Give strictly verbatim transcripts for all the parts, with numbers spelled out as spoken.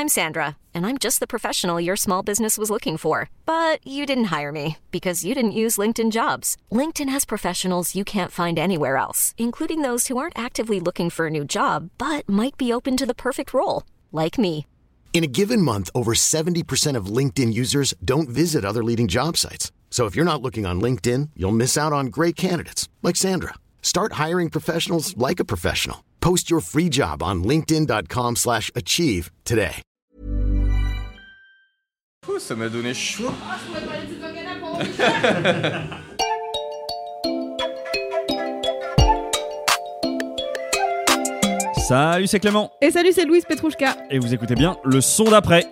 I'm Sandra, and I'm just the professional your small business was looking for. But you didn't hire me because you didn't use LinkedIn Jobs. LinkedIn has professionals you can't find anywhere else, including those who aren't actively looking for a new job, but might be open to the perfect role, like me. In a given month, over seventy percent of LinkedIn users don't visit other leading job sites. So if you're not looking on LinkedIn, you'll miss out on great candidates like Sandra. Start hiring professionals like a professional. Post your free job on linkedin.com slash achieve today. Oh, ça m'a donné chaud. Ah, je pourrais parler de Zetangana pendant Salut, c'est Clément. Et salut, c'est Louise Petrouchka. Et vous écoutez bien le son d'après.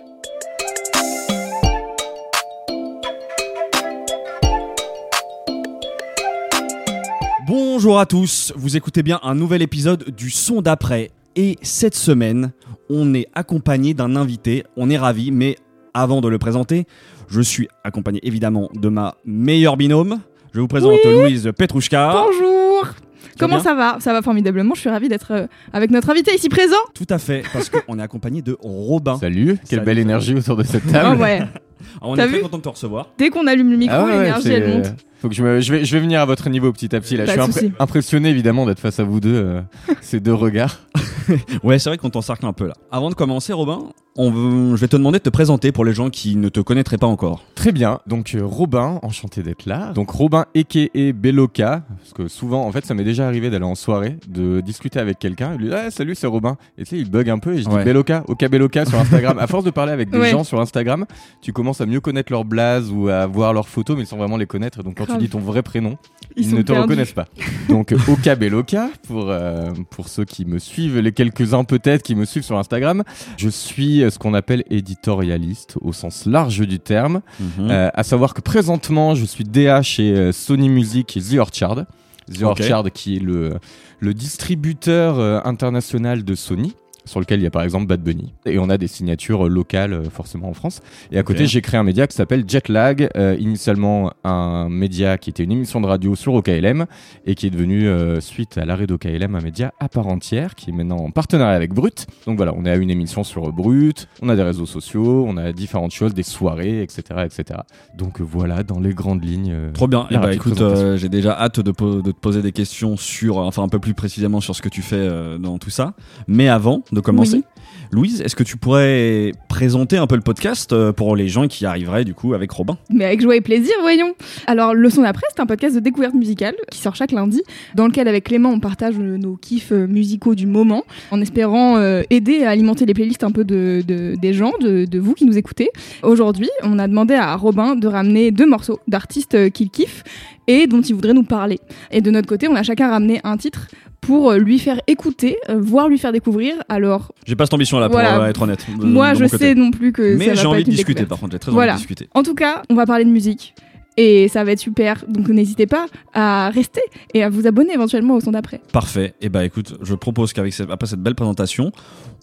Bonjour à tous, vous écoutez bien un nouvel épisode du son d'après. Et cette semaine, on est accompagné d'un invité, on est ravis, mais avant de le présenter, je suis accompagné évidemment de ma meilleure binôme. Je vous présente oui Louise Petrouchka. Bonjour. Comment ça va ? Ça va formidablement, je suis ravie d'être euh, avec notre invité ici présent. Tout à fait, parce qu'on est accompagné de Robin. Salut, quelle Salut. Belle énergie autour de cette table. Oh ouais. Alors, on T'as est vu très content de te recevoir. Dès qu'on allume le micro, Ah ouais, l'énergie c'est... elle monte. Faut que je, me... je, vais... je vais venir à votre niveau petit à petit. Là. Pas Je suis de impré... soucis. impressionné évidemment d'être face à vous deux, euh, ces deux regards. Ouais, c'est vrai qu'on t'encercle un peu là. Avant de commencer, Robin, on veut... je vais te demander de te présenter pour les gens qui ne te connaîtraient pas encore. Très bien, donc euh, Robin, enchanté d'être là. Donc Robin aka Beloka, parce que souvent, en fait, ça m'est déjà arrivé d'aller en soirée, de discuter avec quelqu'un, et lui dire ah, salut, c'est Robin. Et tu sais, il bug un peu et je dis ouais. Beloka, Oka Beloka sur Instagram. À force de parler avec des ouais. gens sur Instagram, tu commences à mieux connaître leur blaze ou à voir leurs photos, mais sans vraiment les connaître. Donc quand Grave. tu dis ton vrai prénom, Ils, ils, sont ne te perdus. reconnaissent pas. Donc Oka Beloka, pour, euh, pour ceux qui me suivent, les quelques-uns peut-être qui me suivent sur Instagram, je suis ce qu'on appelle éditorialiste au sens large du terme, Mmh. euh, à savoir que présentement je suis D A chez euh, Sony Music et The Orchard. The Okay. Orchard qui est le, le distributeur euh, international de Sony, sur lequel il y a par exemple Bad Bunny. Et on a des signatures euh, locales euh, forcément en France. Et à côté, Okay. j'ai créé un média qui s'appelle Jetlag, euh, initialement un média qui était une émission de radio sur O K L M et qui est devenu, euh, suite à l'arrêt d'O K L M, un média à part entière qui est maintenant en partenariat avec Brut. Donc voilà, on est à une émission sur Brut, on a des réseaux sociaux, on a différentes choses, des soirées, et cetera et cetera. Donc euh, voilà, dans les grandes lignes. Euh, Trop bien. la Eh bah, rapide écoute, présentation. euh, j'ai déjà hâte de, po- de te poser des questions sur, enfin un peu plus précisément sur ce que tu fais euh, dans tout ça. Mais avant de commencer, Oui. Louise, est-ce que tu pourrais présenter un peu le podcast euh, pour les gens qui arriveraient du coup avec Robin ? Mais avec joie et plaisir, voyons. Alors, Le Son d'après, c'est un podcast de découverte musicale qui sort chaque lundi, dans lequel, avec Clément, on partage euh, nos kiffs euh, musicaux du moment, en espérant euh, aider à alimenter les playlists un peu de, de, des gens, de, de vous qui nous écoutez. Aujourd'hui, on a demandé à Robin de ramener deux morceaux d'artistes euh, qu'il kiffe et dont il voudrait nous parler. Et de notre côté, on a chacun ramené un titre pour lui faire écouter, euh, voire lui faire découvrir. Alors, J'ai pas cette ambition là pour Voilà. euh, être honnête. de- moi, de je mon côté. sais non plus que ça Mais va j'ai pas envie être de une discuter découverte. par contre, j'ai très Voilà. envie de discuter. En tout cas, on va parler de musique. Et ça va être super. Donc n'hésitez pas à rester et à vous abonner éventuellement au son d'après. Parfait. Et bah écoute, je propose qu'avec cette, après cette belle présentation,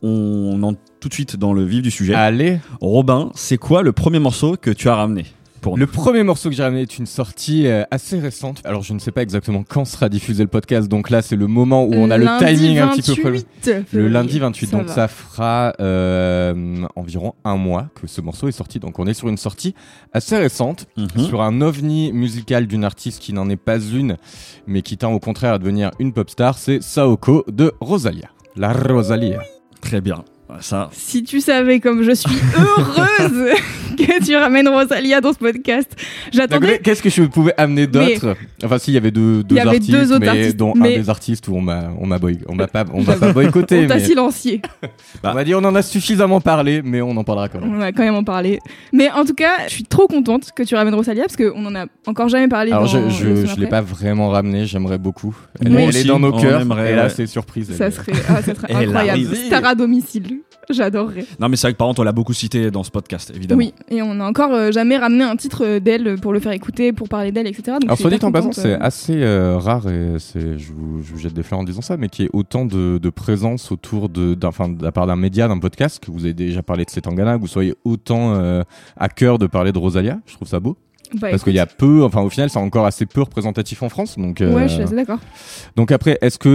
on entre tout de suite dans le vif du sujet. Allez. Robin, c'est quoi le premier morceau que tu as ramené pour nous ? Le premier morceau que j'ai ramené est une sortie euh, assez récente. Alors je ne sais pas exactement quand sera diffusé le podcast, donc là c'est le moment où on a Lundi le timing un petit peu prévu. vingt-huit Le lundi vingt-huit, Ça donc va. ça fera euh, environ un mois que ce morceau est sorti. Donc on est sur une sortie assez récente, Mhm. sur un ovni musical d'une artiste qui n'en est pas une, mais qui tend au contraire à devenir une pop star, c'est Saoko de Rosalia. La Rosalia. Très bien. Ça, Si tu savais comme je suis heureuse que tu ramènes Rosalia dans ce podcast. J'attendais. Donc, qu'est-ce que je pouvais amener d'autre ? Enfin, si, il y avait deux, deux Il y avait artistes, deux autres mais artistes, dont mais- un des artistes où on m'a, on m'a, boy- on m'a pas, on m'a pas boycotté. On t'a mais silencié. on m'a dit on en a suffisamment parlé, mais on en parlera quand même. On va quand même en parler. Mais en tout cas, je suis trop contente que tu ramènes Rosalia parce qu'on en a encore jamais parlé. Alors, dans je, le je, son je l'ai après. pas vraiment ramené, j'aimerais beaucoup. Elle, Moi elle aussi, est dans nos on cœurs, aimerait, et là, ouais. c'est surprise. Ça elle- serait, ah, ça serait Elle incroyable. arrive. Star à domicile. J'adorerais. non mais c'est vrai que par contre on l'a beaucoup cité dans ce podcast évidemment. Oui, et on n'a encore euh, jamais ramené un titre euh, d'elle pour le faire écouter, pour parler d'elle, et cetera. Donc Alors, je suis soit dit hyper en passant, contente, c'est euh. assez euh, rare, et c'est, je, vous, je vous jette des fleurs en disant ça, mais qu'il y ait autant de, de présence autour de, d'un, enfin, de la part d'un média, d'un podcast, que vous avez déjà parlé de Zetangana, que vous soyez autant euh, à cœur de parler de Rosalia. Je trouve ça beau. Bah, Parce qu'il y a peu, enfin au final, c'est encore assez peu représentatif en France. Donc, euh, Ouais, je suis assez d'accord. donc après, est-ce que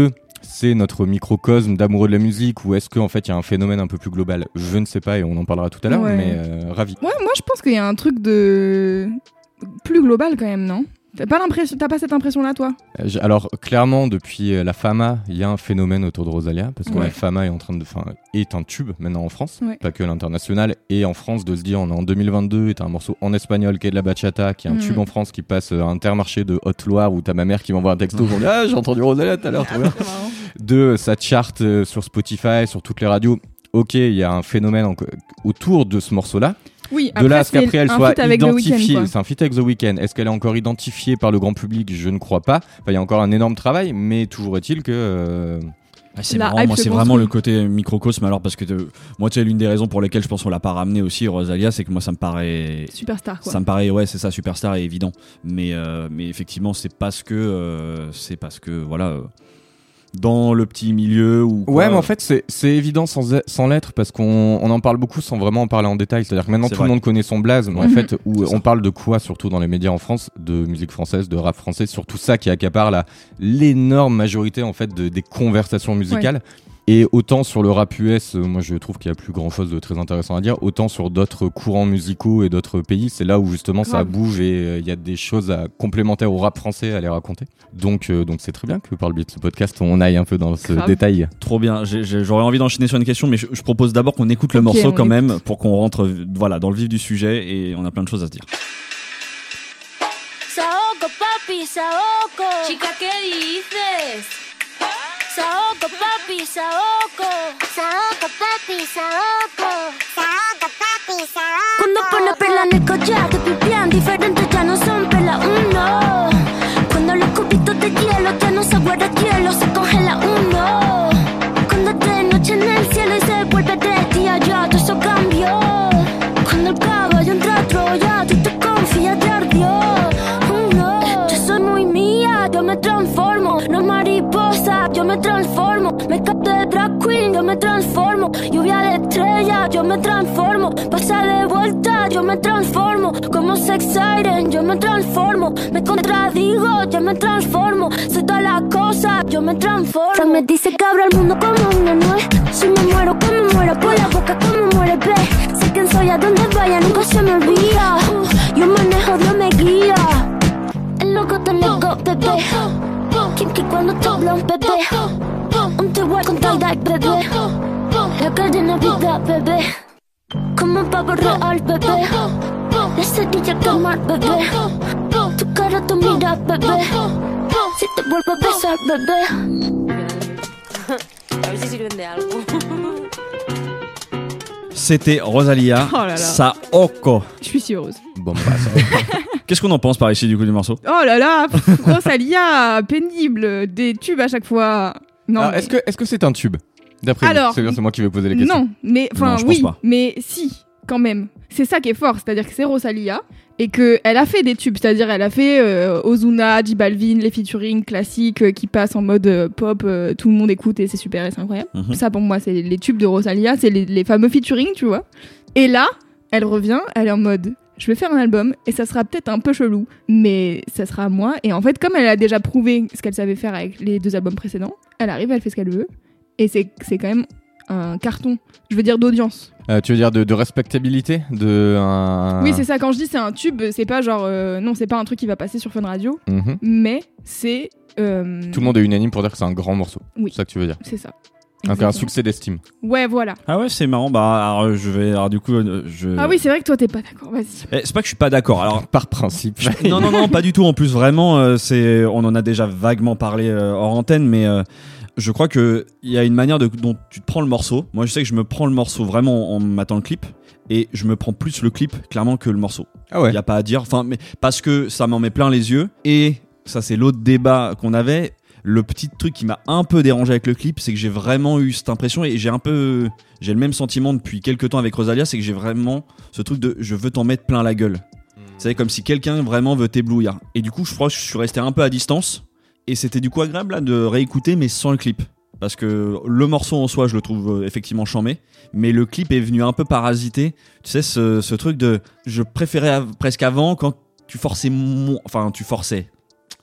c'est notre microcosme d'amoureux de la musique ou est-ce qu'en fait il y a un phénomène un peu plus global? Je ne sais pas et on en parlera tout à l'heure, Ouais. mais euh, ravi. Ouais, moi je pense qu'il y a un truc de plus global quand même, non? T'as pas l'impression, t'as pas cette impression-là, toi? Euh, j'ai- Alors clairement depuis euh, la Fama, il y a un phénomène autour de Rosalia parce que Ouais. la Fama est en train de, enfin, est un tube maintenant en France, Ouais. pas que à l'international et en France de se dire on est en deux mille vingt-deux et t'as un morceau en espagnol qui est de la bachata, qui est un Mhm. tube en France qui passe euh, à Intermarché de Haute-Loire où t'as ma mère qui m'envoie un texto pour dire ah j'ai entendu Rosalia tout à l'heure, trop bien. C'est marrant. De ça charte euh, sur Spotify, sur toutes les radios. Ok, il y a un phénomène en- autour de ce morceau-là. Oui, De là à ce c'est qu'après elle un soit feat avec The Weeknd, identifiée, quoi. c'est un feat avec The Weeknd. Est-ce qu'elle est encore identifiée par le grand public? Je ne crois pas. Enfin, il y a encore un énorme travail, mais toujours est-il que. euh, Ah, c'est La marrant, hype moi se c'est construit. vraiment le côté microcosme alors parce que te- moi tu sais l'une des raisons pour lesquelles je pense qu'on l'a pas ramené aussi Rosalia, c'est que moi ça me paraît Superstar, quoi. ça me paraît ouais c'est ça superstar et évident mais euh, mais effectivement c'est parce que euh, c'est parce que voilà euh, dans le petit milieu ou quoi. Ouais, mais en fait, c'est, c'est évident sans, sans l'être parce qu'on on en parle beaucoup sans vraiment en parler en détail. C'est-à-dire que maintenant, C'est tout vrai. le monde connaît son blaze, mais en Mhm. fait, où C'est ça. on parle de quoi, surtout dans les médias en France, de musique française, de rap français, surtout ça qui accapare la, l'énorme majorité, en fait, de, des conversations musicales. Et autant sur le rap U S, euh, moi je trouve qu'il y a plus grand chose de très intéressant à dire, autant sur d'autres courants musicaux et d'autres pays, c'est là où justement ça Grave. bouge et euh, il y a des choses à, complémentaires au rap français à les raconter. Donc euh, donc c'est très bien que par le biais de ce podcast on aille un peu dans ce Grave. détail. Trop bien, J'ai- j'ai- j'aurais envie d'enchaîner sur une question mais je, je propose d'abord qu'on écoute le Ok, morceau on quand écoute. même pour qu'on rentre voilà dans le vif du sujet et on a plein de choses à se dire. Saoco, papi, saoco. Chica, ¿qué dices? Saoco, papi, saoco. Saoco, papi, saoco. Saoco, papi, saoco. Cuando pone perla en el collar, te pipián diferentes, ya no son perla uno. Cuando los cubitos de hielo ya no se guarda hielo, se congela uno. Cuando es de noche en el cielo y se vuelve de día, ya todo eso cambió. Cuando el caballo entra a Troya, tú te confías de ardió. Uno, yo soy muy mía, yo me transformo. No mariposa, yo me transformo. Make-up de drag queen, yo me transformo. Lluvia de estrella, yo me transformo. Pasa de vuelta, yo me transformo. Como sex siren, yo me transformo. Me contradigo, yo me transformo. Soy todas las cosas, yo me transformo. Fran me dice que abro el mundo como una nuez. Si me muero, como muero por la boca, como muere ve. Sé quién soy, a donde vaya, nunca se me olvida. Uh, yo manejo, Dios me guía. El loco te loco, bebé. Kinky cuando te hablo, bebé. Un te voy con tal de bebé. La calle Navidad, bebé. Como un pavo real, bebé. La cerilla quemar, bebé. Tu cara, tu mira, bebé. Si te vuelvo a besar, bebé. A ver si sirven de algo. C'était Rosalia, Oh là là. Saoko. Je suis si heureuse. Bon bah ça va. Qu'est-ce qu'on en pense par ici du coup du morceau? Oh là là, pff, Rosalia, pénible, des tubes à chaque fois. Non, Alors, mais- est-ce que est-ce que c'est un tube? D'après Alors, vous, c'est bien, c'est moi qui vais poser les questions. non, mais enfin Non, je pense oui, pas. mais si, quand même. C'est ça qui est fort, c'est-à-dire que c'est Rosalia et que elle a fait des tubes, c'est-à-dire elle a fait euh, Ozuna, J Balvin, les featuring classiques euh, qui passent en mode euh, pop, euh, tout le monde écoute et c'est super et c'est incroyable. Mhm. Ça pour moi c'est les tubes de Rosalia, c'est les, les fameux featuring, tu vois. Et là, elle revient, elle est en mode je vais faire un album et ça sera peut-être un peu chelou, mais ça sera à moi. Et en fait, comme elle a déjà prouvé ce qu'elle savait faire avec les deux albums précédents, elle arrive, elle fait ce qu'elle veut et c'est c'est quand même un carton, je veux dire d'audience. Euh, tu veux dire de, de respectabilité de un... Oui, c'est ça. Quand je dis c'est un tube, c'est pas genre euh, non, c'est pas un truc qui va passer sur Fun Radio, Mhm. mais c'est euh, Tout le monde est unanime pour dire que c'est un grand morceau. Oui. C'est ça que tu veux dire. c'est ça. Donc un Exactement. succès d'estime. Ouais, voilà. Ah ouais c'est marrant bah alors, je vais alors du coup euh, je Ah oui, c'est vrai que toi t'es pas d'accord. Vas-y. Eh, c'est pas que je suis pas d'accord alors Par principe. non, non, non, pas du tout. En plus, vraiment, euh, c'est, on en a déjà vaguement parlé euh, hors antenne, mais euh, je crois qu'il y a une manière de, dont tu te prends le morceau. Moi, je sais que je me prends le morceau vraiment en m'attendant le clip, et je me prends plus le clip, clairement, que le morceau. Ah Il ouais. n'y a pas à dire. Enfin, mais parce que ça m'en met plein les yeux, et ça, c'est l'autre débat qu'on avait. Le petit truc qui m'a un peu dérangé avec le clip, c'est que j'ai vraiment eu cette impression, et j'ai un peu, j'ai le même sentiment depuis quelques temps avec Rosalia, c'est que j'ai vraiment ce truc de je veux t'en mettre plein la gueule. C'est comme si quelqu'un vraiment veut t'éblouir. Et du coup, je crois que je suis resté un peu à distance. Et c'était du coup agréable là, de réécouter, mais sans le clip. Parce que le morceau en soi, je le trouve euh, effectivement charmé. Mais le clip est venu un peu parasiter. Tu sais, ce, ce truc de. Je préférais av- presque avant quand tu forçais. Mon... Enfin, tu forçais.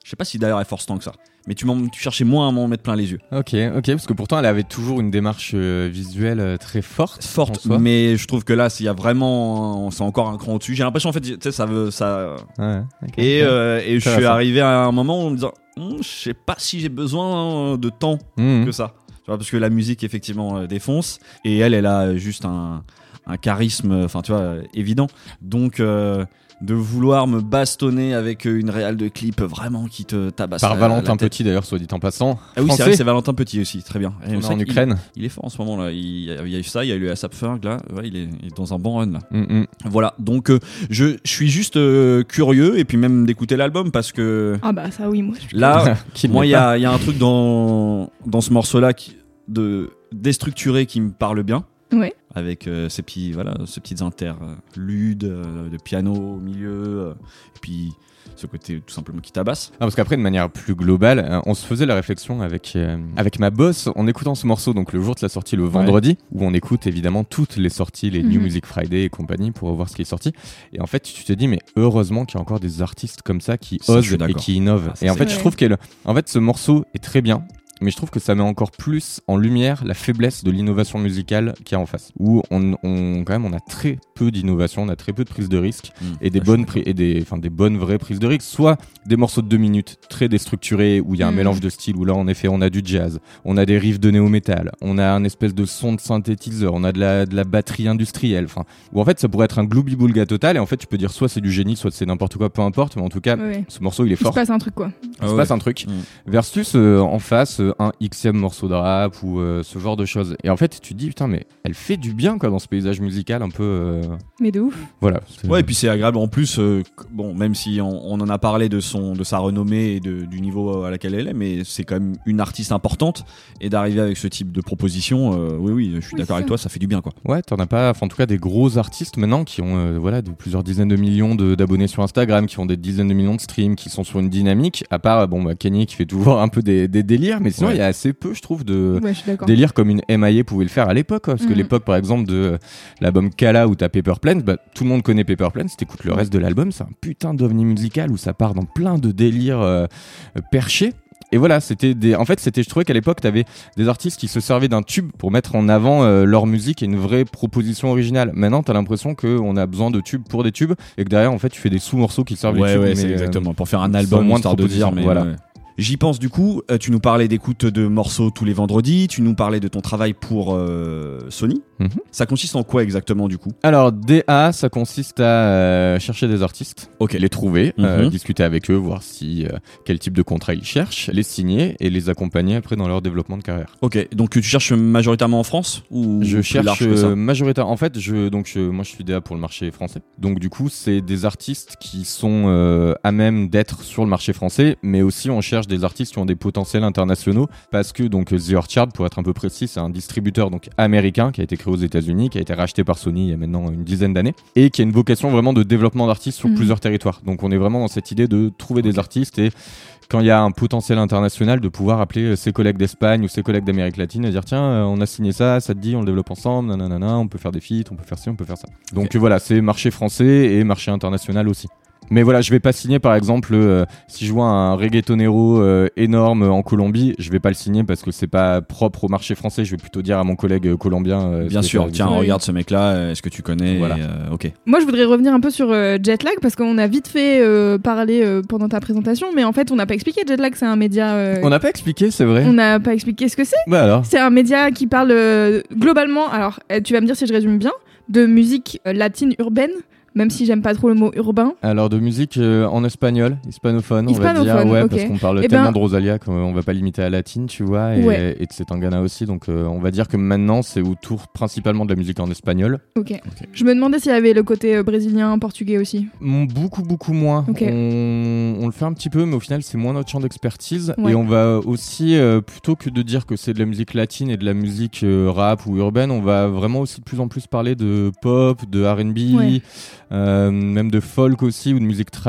Je sais pas si d'ailleurs elle force tant que ça. Mais tu, m'en, tu cherchais moins à m'en mettre plein les yeux. Ok, ok, parce que pourtant elle avait toujours une démarche euh, visuelle euh, très forte. Forte, mais je trouve que là, il y a vraiment, c'est encore un cran au-dessus. J'ai l'impression en fait, tu sais, ça veut, ça. Ouais, okay, et okay. Euh, et je Ça suis va, arrivé à un moment où en me disant, hm, je sais pas si j'ai besoin de temps Mmh. que ça. Tu vois, parce que la musique effectivement euh, défonce et elle, elle a juste un, un charisme, enfin tu vois, euh, évident. Donc euh, de vouloir me bastonner avec une réal de clip vraiment qui te tabasse. Par la- Valentin la tête. Petit d'ailleurs, soit dit en passant. Ah oui, c'est Français, vrai que c'est Valentin Petit aussi, très bien. Et on est c'est vrai en qu'il- Ukraine. Il est fort en ce moment là. Il y a, il y a eu ça, il y a eu Asap Ferg là. Ouais, il, est, il est dans un bon run là. Mmh, mmh. Voilà, donc euh, je, je suis juste euh, curieux et puis même d'écouter l'album parce que Ah bah ça oui, moi. je- là, Qui ne moi il l'est y pas. a, il y a un truc dans, dans ce morceau-là qui, de déstructuré qui me parle bien. Ouais. Avec euh, ces, petits, voilà, ces petites interludes euh, de piano au milieu, euh, et puis ce côté tout simplement qui tabasse. Ah, parce qu'après, de manière plus globale, euh, on se faisait la réflexion avec, euh, avec ma boss en écoutant ce morceau, donc le jour de la sortie, le vendredi, où on écoute évidemment toutes les sorties, les Mhm. New Music Friday et compagnie pour voir ce qui est sorti. Et en fait, tu te dis, mais heureusement qu'il y a encore des artistes comme ça qui Ça, je osent suis et d'accord. qui innovent. Ah, ça, et en c'est fait, vrai. je trouve que en fait, ce morceau est très bien. Mais je trouve que ça met encore plus en lumière la faiblesse de l'innovation musicale qu'il y a en face. Où on, on, quand même, on a très peu d'innovation, on a très peu de prise de risque Mmh, et des ça, je bonnes, suis pri- et des, enfin, des bonnes vraies prises de risque. Soit des morceaux de deux minutes très déstructurés où il y a un Mm. mélange de styles, où là, en effet, on a du jazz, on a des riffs de néo-metal, on a un espèce de son de synthétiseur, on a de la, de la batterie industrielle. Enfin, où en fait, ça pourrait être un glooby-boulga total. Et en fait, tu peux dire soit c'est du génie, soit c'est n'importe quoi, peu importe. Mais en tout cas, Ouais, ouais. ce morceau, il est Il se fort. passe un truc quoi. Il Ah se ouais. passe un truc. Mm. Versus euh, en face euh, un xème morceau de rap ou euh, ce genre de choses. Et en fait, tu te dis putain, mais elle fait du bien quoi dans ce paysage musical un peu. euh, Mais de ouf. Voilà. C'est- Ouais, et puis c'est agréable en plus, euh, que- bon, même si on, on en a parlé de, son, de sa renommée et de, du niveau à laquelle elle est, mais c'est quand même une artiste importante. Et d'arriver avec ce type de proposition, euh, oui, oui, je suis Oui, d'accord c'est avec ça. toi, ça fait du bien quoi. Ouais, t'en as pas. Enfin, en tout cas, des gros artistes maintenant qui ont euh, voilà de plusieurs dizaines de millions de- d'abonnés sur Instagram, qui ont des dizaines de millions de streams, qui sont sur une dynamique. À part bon, bah, Kanye qui fait toujours un peu des, des délires, mais sinon il Ouais. y a assez peu, je trouve, de Ouais, je suis d'accord. délire comme une M I A pouvait le faire à l'époque, quoi. Parce que Mhm. l'époque, par exemple, de euh, l'album Kala où t'as Paper Planes, bah, tout le monde connaît Paper Planes. Si t'écoutes le reste de l'album, c'est un putain d'ovni musical où ça part dans plein de délires euh, euh, perchés. Et voilà, c'était des. En fait, c'était. Je trouvais qu'à l'époque, t'avais des artistes qui se servaient d'un tube pour mettre en avant euh, leur musique et une vraie proposition originale. Maintenant, t'as l'impression qu'on a besoin de tubes pour des tubes et que derrière, en fait, tu fais des sous-morceaux qui servent Ouais, les tubes. ouais, mais, c'est euh, exactement. Pour faire un sans album, moins de histoire de dire, propositions, mais voilà. ouais. J'y pense du coup, euh, tu nous parlais d'écoute de morceaux tous les vendredis, tu nous parlais de ton travail pour euh, Sony. Mhm. Ça consiste en quoi exactement du coup? Alors, D A, ça consiste à euh, chercher des artistes, Ok. les trouver, euh, Mhm. discuter avec eux, voir si euh, quel type de contrat ils cherchent, les signer et les accompagner après dans leur développement de carrière. Ok, donc tu cherches majoritairement en France ou Je plus cherche large que ça? euh, majoritairement. En fait, je, donc, je, moi, je suis D A pour le marché français. Donc, du coup, c'est des artistes qui sont euh, à même d'être sur le marché français, mais aussi on cherche des artistes qui ont des potentiels internationaux parce que donc The Orchard, pour être un peu précis, c'est un distributeur donc américain qui a été créé aux États-Unis, qui a été racheté par Sony il y a maintenant une dizaine d'années et qui a une vocation vraiment de développement d'artistes sur Mhm. plusieurs territoires. Donc, on est vraiment dans cette idée de trouver des artistes et quand il y a un potentiel international, de pouvoir appeler ses collègues d'Espagne ou ses collègues d'Amérique latine et dire tiens, euh, on a signé ça, ça te dit, on le développe ensemble, nanana, on peut faire des feats, on peut faire ci, on peut faire ça. Donc Ok. euh, voilà, c'est marché français et marché international aussi. Mais voilà, je vais pas signer par exemple euh, si je vois un reggaetonero euh, énorme en Colombie, je vais pas le signer parce que c'est pas propre au marché français. Je vais plutôt dire à mon collègue euh, colombien. euh, Bien ce que sûr, t'as- tiens, Oui. regarde ce mec-là, euh, est-ce que tu connais? Voilà. Et, euh, ok. Moi, je voudrais revenir un peu sur euh, Jetlag parce qu'on a vite fait euh, parler euh, pendant ta présentation, mais en fait, on n'a pas expliqué. Jetlag, c'est un média. euh, On n'a pas expliqué, c'est vrai. on n'a pas expliqué ce que c'est. Bah alors. C'est un média qui parle euh, globalement. Alors, euh, tu vas me dire si je résume bien, de musique euh, latine urbaine, même si j'aime pas trop le mot urbain. Alors de musique euh, en espagnol, hispanophone, on va dire, Hispanophone, ouais, ok. parce qu'on parle Eh tellement ben- de Rosalia qu'on va pas limiter à latine, tu vois, et, Ouais. et de Setangana aussi, donc euh, on va dire que maintenant c'est autour principalement de la musique en espagnol. Ok. Je me demandais s'il y avait le côté euh, brésilien, portugais aussi. Mm, Beaucoup, beaucoup moins. Ok. On, on le fait un petit peu, mais au final c'est moins notre champ d'expertise, Ouais. et on va aussi, euh, plutôt que de dire que c'est de la musique latine et de la musique euh, rap ou urbaine, on va vraiment aussi de plus en plus parler de pop, de R and B, Ouais. euh, même de folk aussi ou de musique tradie.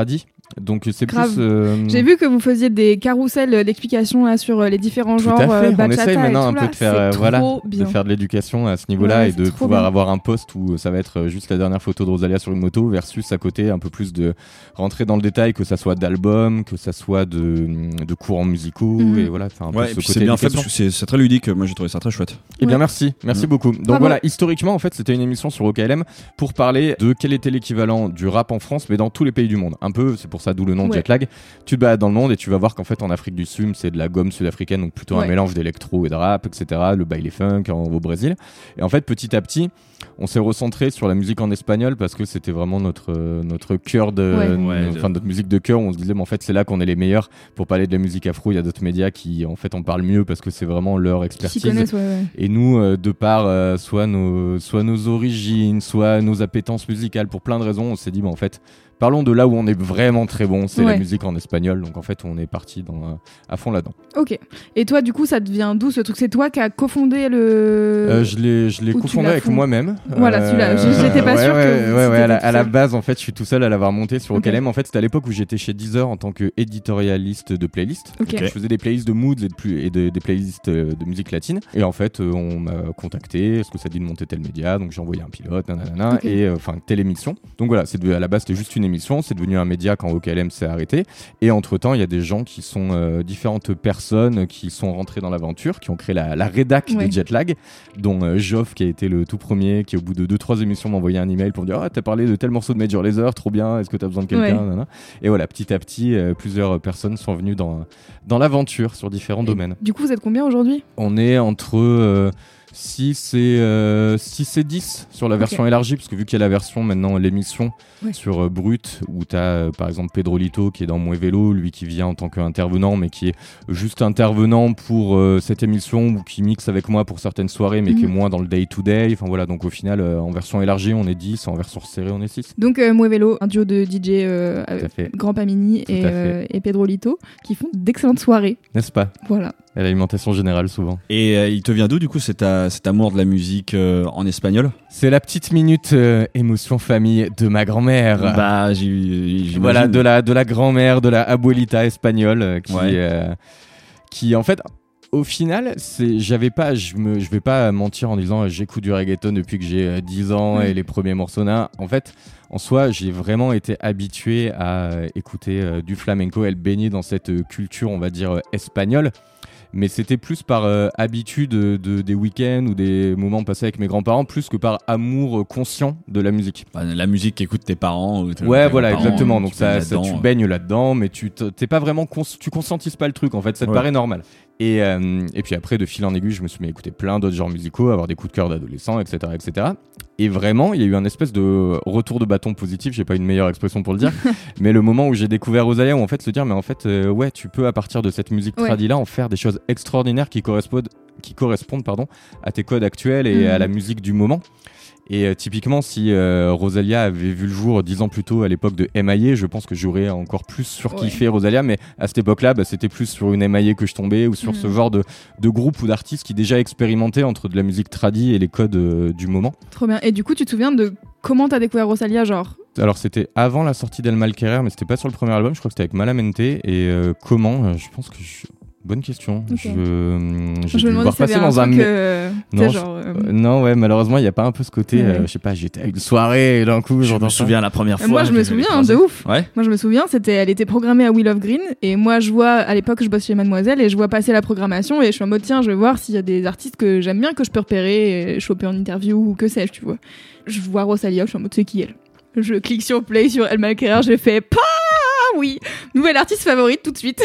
Donc c'est Grave. plus. Euh... J'ai vu que vous faisiez des carousels d'explications là sur les différents Tout genres. à fait. euh, On bachata essaye maintenant et un tout, peu là. de faire, C'est euh, trop voilà, bien. de faire de l'éducation à ce niveau-là Ouais, et de c'est trop pouvoir bien. avoir un post où ça va être juste la dernière photo de Rosalia sur une moto versus à côté un peu plus de rentrer dans le détail, que ça soit d'albums, que ça soit de, de courants musicaux Mhm. et voilà. Un Ouais, peu et ce puis côté c'est bien fait éducation. parce que c'est, c'est très ludique. Moi, j'ai trouvé ça très chouette. Eh bien Ouais. merci, merci Mm. beaucoup. Donc Bravo. voilà, historiquement en fait c'était une émission sur O K L M pour parler de quel était l'équivalent du rap en France mais dans tous les pays du monde. Un peu, c'est pour ça d'où le nom de Ouais. Jetlag. Tu te balades dans le monde et tu vas voir qu'en fait en Afrique du Sud c'est de la gomme sud-africaine, donc plutôt un Ouais. mélange d'électro et de rap, et cetera. Le baile funk en- au Brésil. Et en fait petit à petit on s'est recentré sur la musique en espagnol parce que c'était vraiment notre, euh, notre cœur de, Ouais. Ouais, enfin notre musique de cœur. On se disait mais en fait c'est là qu'on est les meilleurs pour parler de la musique afro. Il y a d'autres médias qui en fait en parlent mieux parce que c'est vraiment leur Qui s'y expertise. connaissent, ouais, ouais. Et nous, euh, de par euh, soit, nos, soit nos origines, soit nos appétences musicales, pour plein de raisons, on s'est dit, bah, en fait, parlons de là où on est vraiment très bon, c'est Ouais. la musique en espagnol. Donc en fait, on est parti dans, euh, à fond là-dedans. Ok. Et toi, du coup, ça devient d'où ce truc? C'est toi qui as cofondé le. Euh, je l'ai, je l'ai Ou tu cofondé l'as avec fond- moi-même. Voilà, celui-là. J- j'étais pas ouais, sûre ouais, que Ouais, c'était ouais, à, la, tout à la seul. base, en fait, je suis tout seul à l'avoir monté sur Ok. O K L M. En fait, c'était à l'époque où j'étais chez Deezer en tant qu'éditorialiste de playlists. Ok. Ok. Je faisais des playlists de moods et, de plus, et de- des playlists euh, de musique latine. Et en fait, euh, on m'a contacté. Est-ce que ça dit de monter tel média? Donc j'ai envoyé un pilote, nanana, Ok. et euh, enfin telle émission. Donc voilà, c'est devenu- à la base c'était juste une émission. C'est devenu un média quand O K L M s'est arrêté. Et entre temps, il y a des gens qui sont euh, différentes personnes qui sont rentrées dans l'aventure, qui ont créé la, la rédac Ouais. de Jetlag, dont euh, Geoff qui a été le tout premier, qui au bout de deux trois émissions m'a envoyé un email pour me dire ah t'as parlé de tel morceau de Major Lazer, trop bien. Est-ce que t'as besoin de quelqu'un? Ouais. Nanana. Et voilà, petit à petit, euh, plusieurs personnes sont venues dans dans l'aventure sur différents Et domaines. Du coup, vous êtes combien aujourd'hui? On est entre euh, six et, euh, six et dix sur la version élargie, parce que vu qu'il y a la version maintenant, l'émission Ouais. sur euh, Brut, où tu as euh, par exemple Pedro Lito qui est dans Mon Vélo, lui qui vient en tant qu'intervenant, mais qui est juste intervenant pour euh, cette émission, ou qui mixe avec moi pour certaines soirées, mais qui est Mhm. moins dans le day-to-day. Enfin voilà, donc au final, euh, en version élargie, on est dix, en version serrée, on est six. Donc, euh, Muevelo, un duo de D J euh, Tout à avec fait. Grand Pamini Tout et, à fait. euh, et Pedro Lito, qui font d'excellentes soirées. N'est-ce pas? Voilà. Et l'alimentation générale, souvent. Et euh, il te vient d'où du coup cet, a- cet amour de la musique euh, en espagnol? C'est la petite minute euh, émotion famille de ma grand-mère. Bah, j'ai, j'imagine. Voilà, de la, de la grand-mère, de la abuelita espagnole, euh, qui, Ouais. euh, qui en fait, au final, c'est, j'avais pas, je me, je vais pas mentir en disant euh, j'écoute du reggaeton depuis que j'ai euh, dix ans Ouais. et les premiers morceaux là. En fait, en soi, j'ai vraiment été habitué à euh, écouter euh, du flamenco et le baigner dans cette euh, culture, on va dire, euh, espagnole. Mais c'était plus par euh, habitude de, de- des week-ends ou des moments passés avec mes grands-parents, plus que par amour euh, conscient de la musique. Bah, la musique qu'écoutent tes parents. Ou tes- Ouais, tes voilà, parents, exactement. tu Donc baignes ça, ça, là-dedans. tu baignes là-dedans, mais tu t- t'es pas vraiment, cons- tu conscientises pas le truc. En fait, ça te Ouais. paraît normal. Et euh, et puis après, de fil en aiguille, je me suis mis à écouter plein d'autres genres musicaux, avoir des coups de cœur d'adolescent, et cetera, et cetera. Et vraiment, il y a eu un espèce de retour de bâton positif. J'ai pas une meilleure expression pour le dire, mais le moment où j'ai découvert Rosalia, où en fait se dire, mais en fait, euh, ouais, tu peux à partir de cette musique Ouais. tradie là, en faire des choses extraordinaires qui correspondent, qui correspondent, pardon, à tes codes actuels et Mhm. à la musique du moment. Et euh, typiquement, si euh, Rosalia avait vu le jour dix ans plus tôt à l'époque de M I A, je pense que j'aurais encore plus surkiffé Rosalia. Mais à cette époque-là, bah, c'était plus sur une M I A que je tombais ou sur Mhm. ce genre de, de groupe ou d'artistes qui déjà expérimentaient entre de la musique tradie et les codes euh, du moment. Trop bien. Et du coup, tu te souviens de comment t'as découvert Rosalia, genre? Alors c'était avant la sortie d'El Malquerer, mais c'était pas sur le premier album. Je crois que c'était avec Malamente. Et euh, comment euh, Je pense que je... Bonne question. Ok. Je, hum, j'ai Je dû me le demandais voir si t'avais passer un dans un. truc, mé- euh, tu Non, sais, je- genre, euh, Euh, non, ouais, malheureusement, il n'y a pas un peu ce côté, Ouais. euh, je sais pas, j'étais à une soirée et d'un coup, Je j'entends me ça. souviens la première Euh, fois. moi, je que me je l'ai souviens, hein, de croisée. ouf. Ouais. Moi, je me souviens, c'était, elle était programmée à Will of Green. Et moi, je vois, à l'époque, je bosse chez Mademoiselle et je vois passer la programmation. Et je suis en mode, tiens, je vais voir s'il y a des artistes que j'aime bien, que je peux repérer et choper en interview ou que sais-je, tu vois. Je vois Rosalia, je suis en mode, c'est qui elle? Je clique sur play sur El Malquerer, j'ai fait, pas oui, nouvelle artiste favorite tout de suite.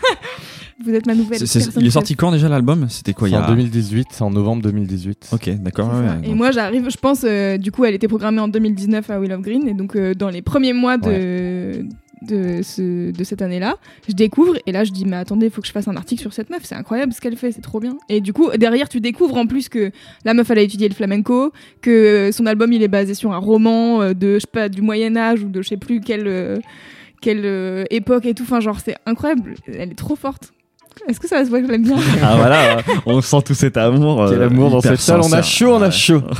Vous êtes ma nouvelle. C'est- c'est- personne il est préférée. sorti quand déjà l'album? C'était quoi il y C'est a... en deux mille dix-huit, en novembre deux mille dix-huit. Ok, d'accord. C'est ouais, ça. ouais, Et donc. moi j'arrive, je pense, euh, du coup elle était programmée en deux mille dix-neuf à Will of Green et donc euh, dans les premiers mois de, de, ce, de cette année-là, je découvre et là je dis mais attendez, il faut que je fasse un article sur cette meuf, c'est incroyable ce qu'elle fait, c'est trop bien. Et du coup derrière tu découvres en plus que la meuf elle a étudié le flamenco, que son album il est basé sur un roman euh, de je sais pas du Moyen Âge ou de je sais plus quelle euh, quelle euh, époque et tout, enfin genre c'est incroyable, elle est trop forte. Est-ce que ça se voit que je l'aime bien? Ah voilà, on sent tout cet amour. Quel euh, amour dans hyper cette salle, on a sincère. chaud, on a Ouais. chaud.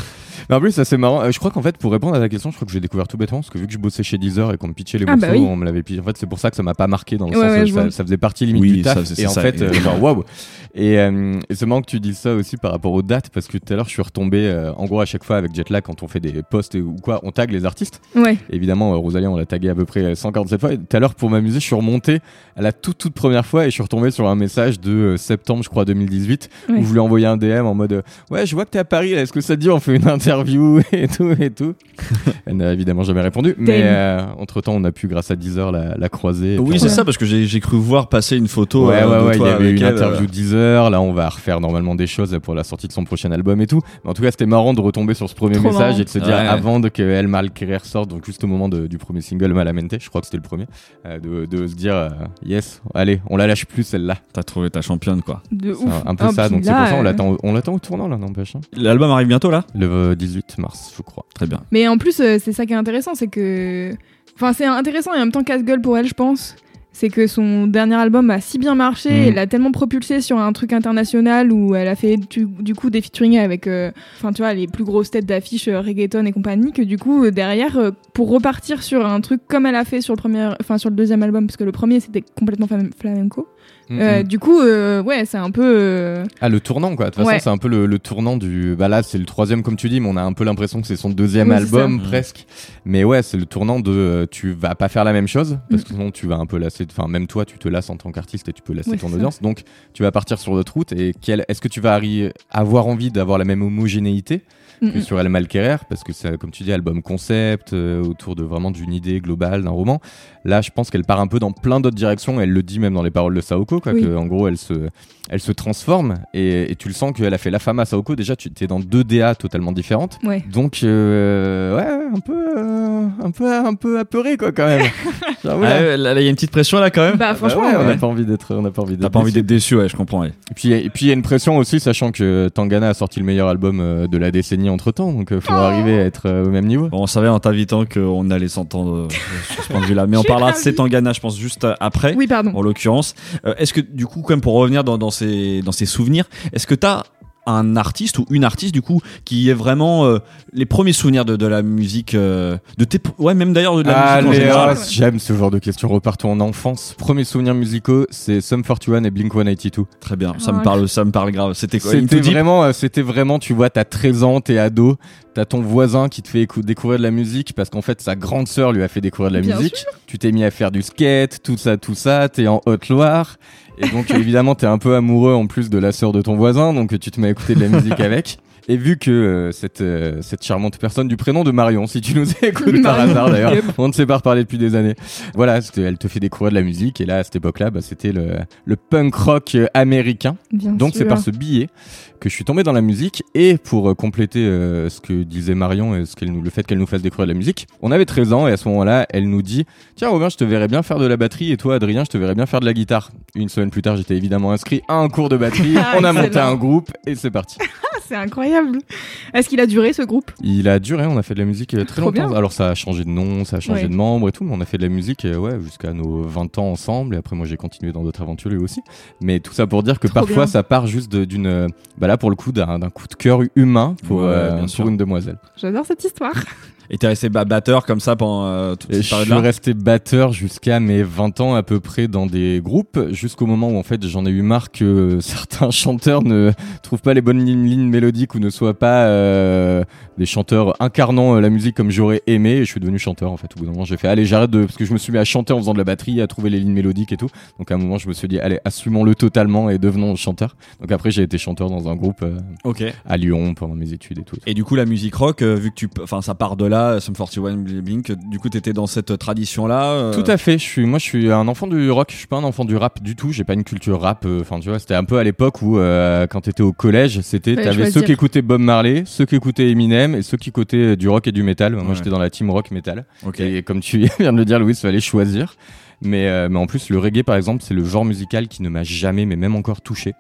Mais en plus, ça c'est marrant. Euh, je crois qu'en fait, pour répondre à ta question, je crois que j'ai découvert tout bêtement parce que vu que je bossais chez Deezer et qu'on me pitchait les Ah, morceaux, bah oui. on me l'avait pitché. En fait, c'est pour ça que ça m'a pas marqué dans le Ouais, sens ouais, où je ça, vois. ça faisait partie limite Oui, du taf. ça, c'est et en ça, fait, euh, exactement. genre waouh. Et, euh, et c'est marrant que tu dises ça aussi par rapport aux dates parce que tout à l'heure, je suis retombé. Euh, en gros, à chaque fois avec Jetlag, quand on fait des posts et- ou quoi, on tag les artistes. Ouais. Évidemment, euh, Rosalia, on l'a tagué à peu près cent quarante-sept fois. Et tout à l'heure, pour m'amuser, je suis remonté à la toute toute première fois et je suis retombé sur un message de euh, septembre, je crois, deux mille dix-huit, Ouais. où je lui ai envoyé un D M en mode euh, ouais, je vois que t'es à Paris, là, est-ce que ça te dit on fait une interview et tout et tout. Elle n'a évidemment jamais répondu, mais euh, entre temps, on a pu, grâce à Deezer, la, la croiser. Et Oui, puis c'est on- ça, parce que j'ai, j'ai cru voir passer une photo. Ouais, euh, ouais, de ouais, il y toi avait avec une elle, interview euh, Deezer. Là, on va refaire normalement des choses pour la sortie de son prochain album et tout. Mais en tout cas, c'était marrant de retomber sur ce premier Trop message marrant. et de se dire, Ouais. avant de que El Malquerer sorte, donc juste au moment de- du premier single Malamente, je crois que c'était le premier, euh, de, de se dire, euh, yes, allez, on la lâche plus celle-là. T'as trouvé ta championne, quoi. De C'est ouf. un, un peu Ah, ça, puis donc c'est là, pour ça on euh, l'attend, on l'attend au tournant là, n'empêche. Hein. L'album arrive bientôt, là? Le euh, dix-huit mars, je crois. Très bien. Mais en plus, euh, c'est ça qui est intéressant, c'est que. Enfin, c'est intéressant et en même temps casse-gueule pour elle, je pense. C'est que son dernier album a si bien marché, Mm. elle l'a tellement propulsé sur un truc international où elle a fait du, du coup des featuring avec, euh, enfin tu vois, les plus grosses têtes d'affiche euh, reggaeton et compagnie, que du coup euh, derrière, euh, pour repartir sur un truc comme elle a fait sur le premier, enfin sur le deuxième album, parce que le premier c'était complètement flam- flamenco. Mm, Euh, mm. du coup, euh, ouais, c'est un peu. euh, Ah, le tournant quoi. De toute Ouais. façon, c'est un peu le, le tournant du. Bah là, c'est le troisième comme tu dis, mais on a un peu l'impression que c'est son deuxième Oui, c'est album ça. presque. Mais ouais, c'est le tournant de. euh, tu vas pas faire la même chose parce Mm. que sinon tu vas un peu lasser. Enfin, même toi, tu te lasses en tant qu'artiste et tu peux lasser Ouais, ton c'est ça. audience. Donc, tu vas partir sur d'autres routes. Et quel... est-ce que tu vas arri- avoir envie d'avoir la même homogénéité mm, que mm. sur El Malquerer, parce que c'est, comme tu dis, album concept, euh, autour de vraiment d'une idée globale, d'un roman. Là, je pense qu'elle part un peu dans plein d'autres directions. Elle le dit même dans les paroles de Saoko, quoi, Oui. que, en gros, elle se, elle se transforme et, et tu le sens qu'elle a fait La Fama à Saoko. Déjà, tu es dans deux D A totalement différentes. Ouais. Donc, euh, ouais, un peu, euh, un peu, un peu apeuré, quoi, quand même. Genre, Ah, voilà. ouais, là, il y a une petite pression, là, quand même. Bah, Bah franchement, ouais, on n'a ouais. pas envie d'être, on n'a pas envie T'as d'être pas envie déçu. d'être déçu, ouais, je comprends, ouais. Et puis, et puis il y a une pression aussi, sachant que Tangana a sorti le meilleur album euh, de la décennie entre temps, donc il faut Oh. arriver à être euh, au même niveau. Bon, on savait en t'invitant qu'on allait s'entendre euh, sur ce point de vue-là. Mais on Je suis parlera de ravie. ces Tangana, je pense, juste après. Oui, pardon. En l'occurrence, Euh, est-ce que du coup, quand même, pour revenir dans, dans ces dans ces souvenirs, est-ce que t'as un artiste ou une artiste du coup qui est vraiment euh, les premiers souvenirs de, de la musique euh, de tes ouais même d'ailleurs de la Ah, musique en mais, général. ah, j'aime ce genre de questions. Repartons en enfance. Premiers souvenirs musicaux, c'est Sum quarante et un et Blink cent quatre-vingt-deux. Très bien, ça Ah, me parle ça me parle grave. C'était quoi? C'était Into Deep vraiment, euh, c'était vraiment, tu vois, t'as treize ans, t'es ado, t'as ton voisin qui te fait écou- découvrir de la musique parce qu'en fait sa grande sœur lui a fait découvrir de la Bien musique. Tu t'es mis à faire du skate, tout ça, tout ça. T'es en Haute-Loire et donc évidemment t'es un peu amoureux en plus de la sœur de ton voisin, donc tu te mets à écouter de la musique avec. Et vu que euh, cette, euh, cette charmante personne du prénom de Marion, si tu nous écoutes par Marion. hasard d'ailleurs, Yep. on ne s'est pas reparlé depuis des années. Voilà, c'était- elle te fait découvrir de la musique et là à cette époque-là, bah, c'était le, le punk rock euh, américain. Bien Donc c'est sûr. par ce billet que je suis tombé dans la musique et pour euh, compléter euh, ce que disait Marion et ce qu'elle nous, le fait qu'elle nous fasse découvrir de la musique, on avait treize ans et à ce moment-là, elle nous dit tiens Robin, je te verrais bien faire de la batterie et toi Adrien, je te verrais bien faire de la guitare. Une semaine plus tard, j'étais évidemment inscrit à un cours de batterie, Ah, on a monté excellent. un groupe et c'est parti. Ah, c'est incroyable. Est-ce qu'il a duré ce groupe? Il a duré, on a fait de la musique euh, très Trop longtemps. bien. Alors ça a changé de nom, ça a changé Ouais. de membre et tout, mais on a fait de la musique euh, ouais, jusqu'à nos vingt ans ensemble. Et après, moi, j'ai continué dans d'autres aventures lui aussi. Mais tout ça pour dire que Trop parfois, bien. ça part juste de- d'une, euh, bah là, pour le coup, d'un, d'un coup de cœur humain pour, Ouais, euh, bien pour sûr. une demoiselle. J'adore cette histoire. Et t'es resté ba- batteur comme ça pendant euh, toute Et cette je suis période-là. resté batteur jusqu'à mes vingt ans à peu près dans des groupes, jusqu'au moment où en fait j'en ai eu marre que certains chanteurs ne trouvent pas les bonnes lignes, lignes mélodiques ou ne soient pas euh, des chanteurs incarnant euh, la musique comme j'aurais aimé. Et je suis devenu chanteur en fait. Au bout d'un moment, j'ai fait allez, j'arrête de parce que je me suis mis à chanter en faisant de la batterie, à trouver les lignes mélodiques et tout. Donc à un moment, je me suis dit allez, assumons-le totalement et devenons chanteur. Donc après, j'ai été chanteur dans un groupe euh, Ok. à Lyon pendant mes études et tout. Et du coup, la musique rock, euh, vu que tu, enfin, ça part de là, Sum quarante et un, Blink. Du coup, t'étais dans cette tradition-là. euh, Tout à fait. Je suis, moi, je suis un enfant du rock. Je suis pas un enfant du rap du tout. J'ai pas une culture rap. Enfin, tu vois, c'était un peu à l'époque où, euh, quand t'étais au collège, c'était, Fallait t'avais choisir. ceux qui écoutaient Bob Marley, ceux qui écoutaient Eminem et ceux qui écoutaient du rock et du métal. Moi, Ouais. j'étais dans la team rock métal. Ok. Et comme tu viens de le dire, Louis, il fallait choisir. Mais, euh, mais en plus, le reggae, par exemple, c'est le genre musical qui ne m'a jamais, mais même encore touché.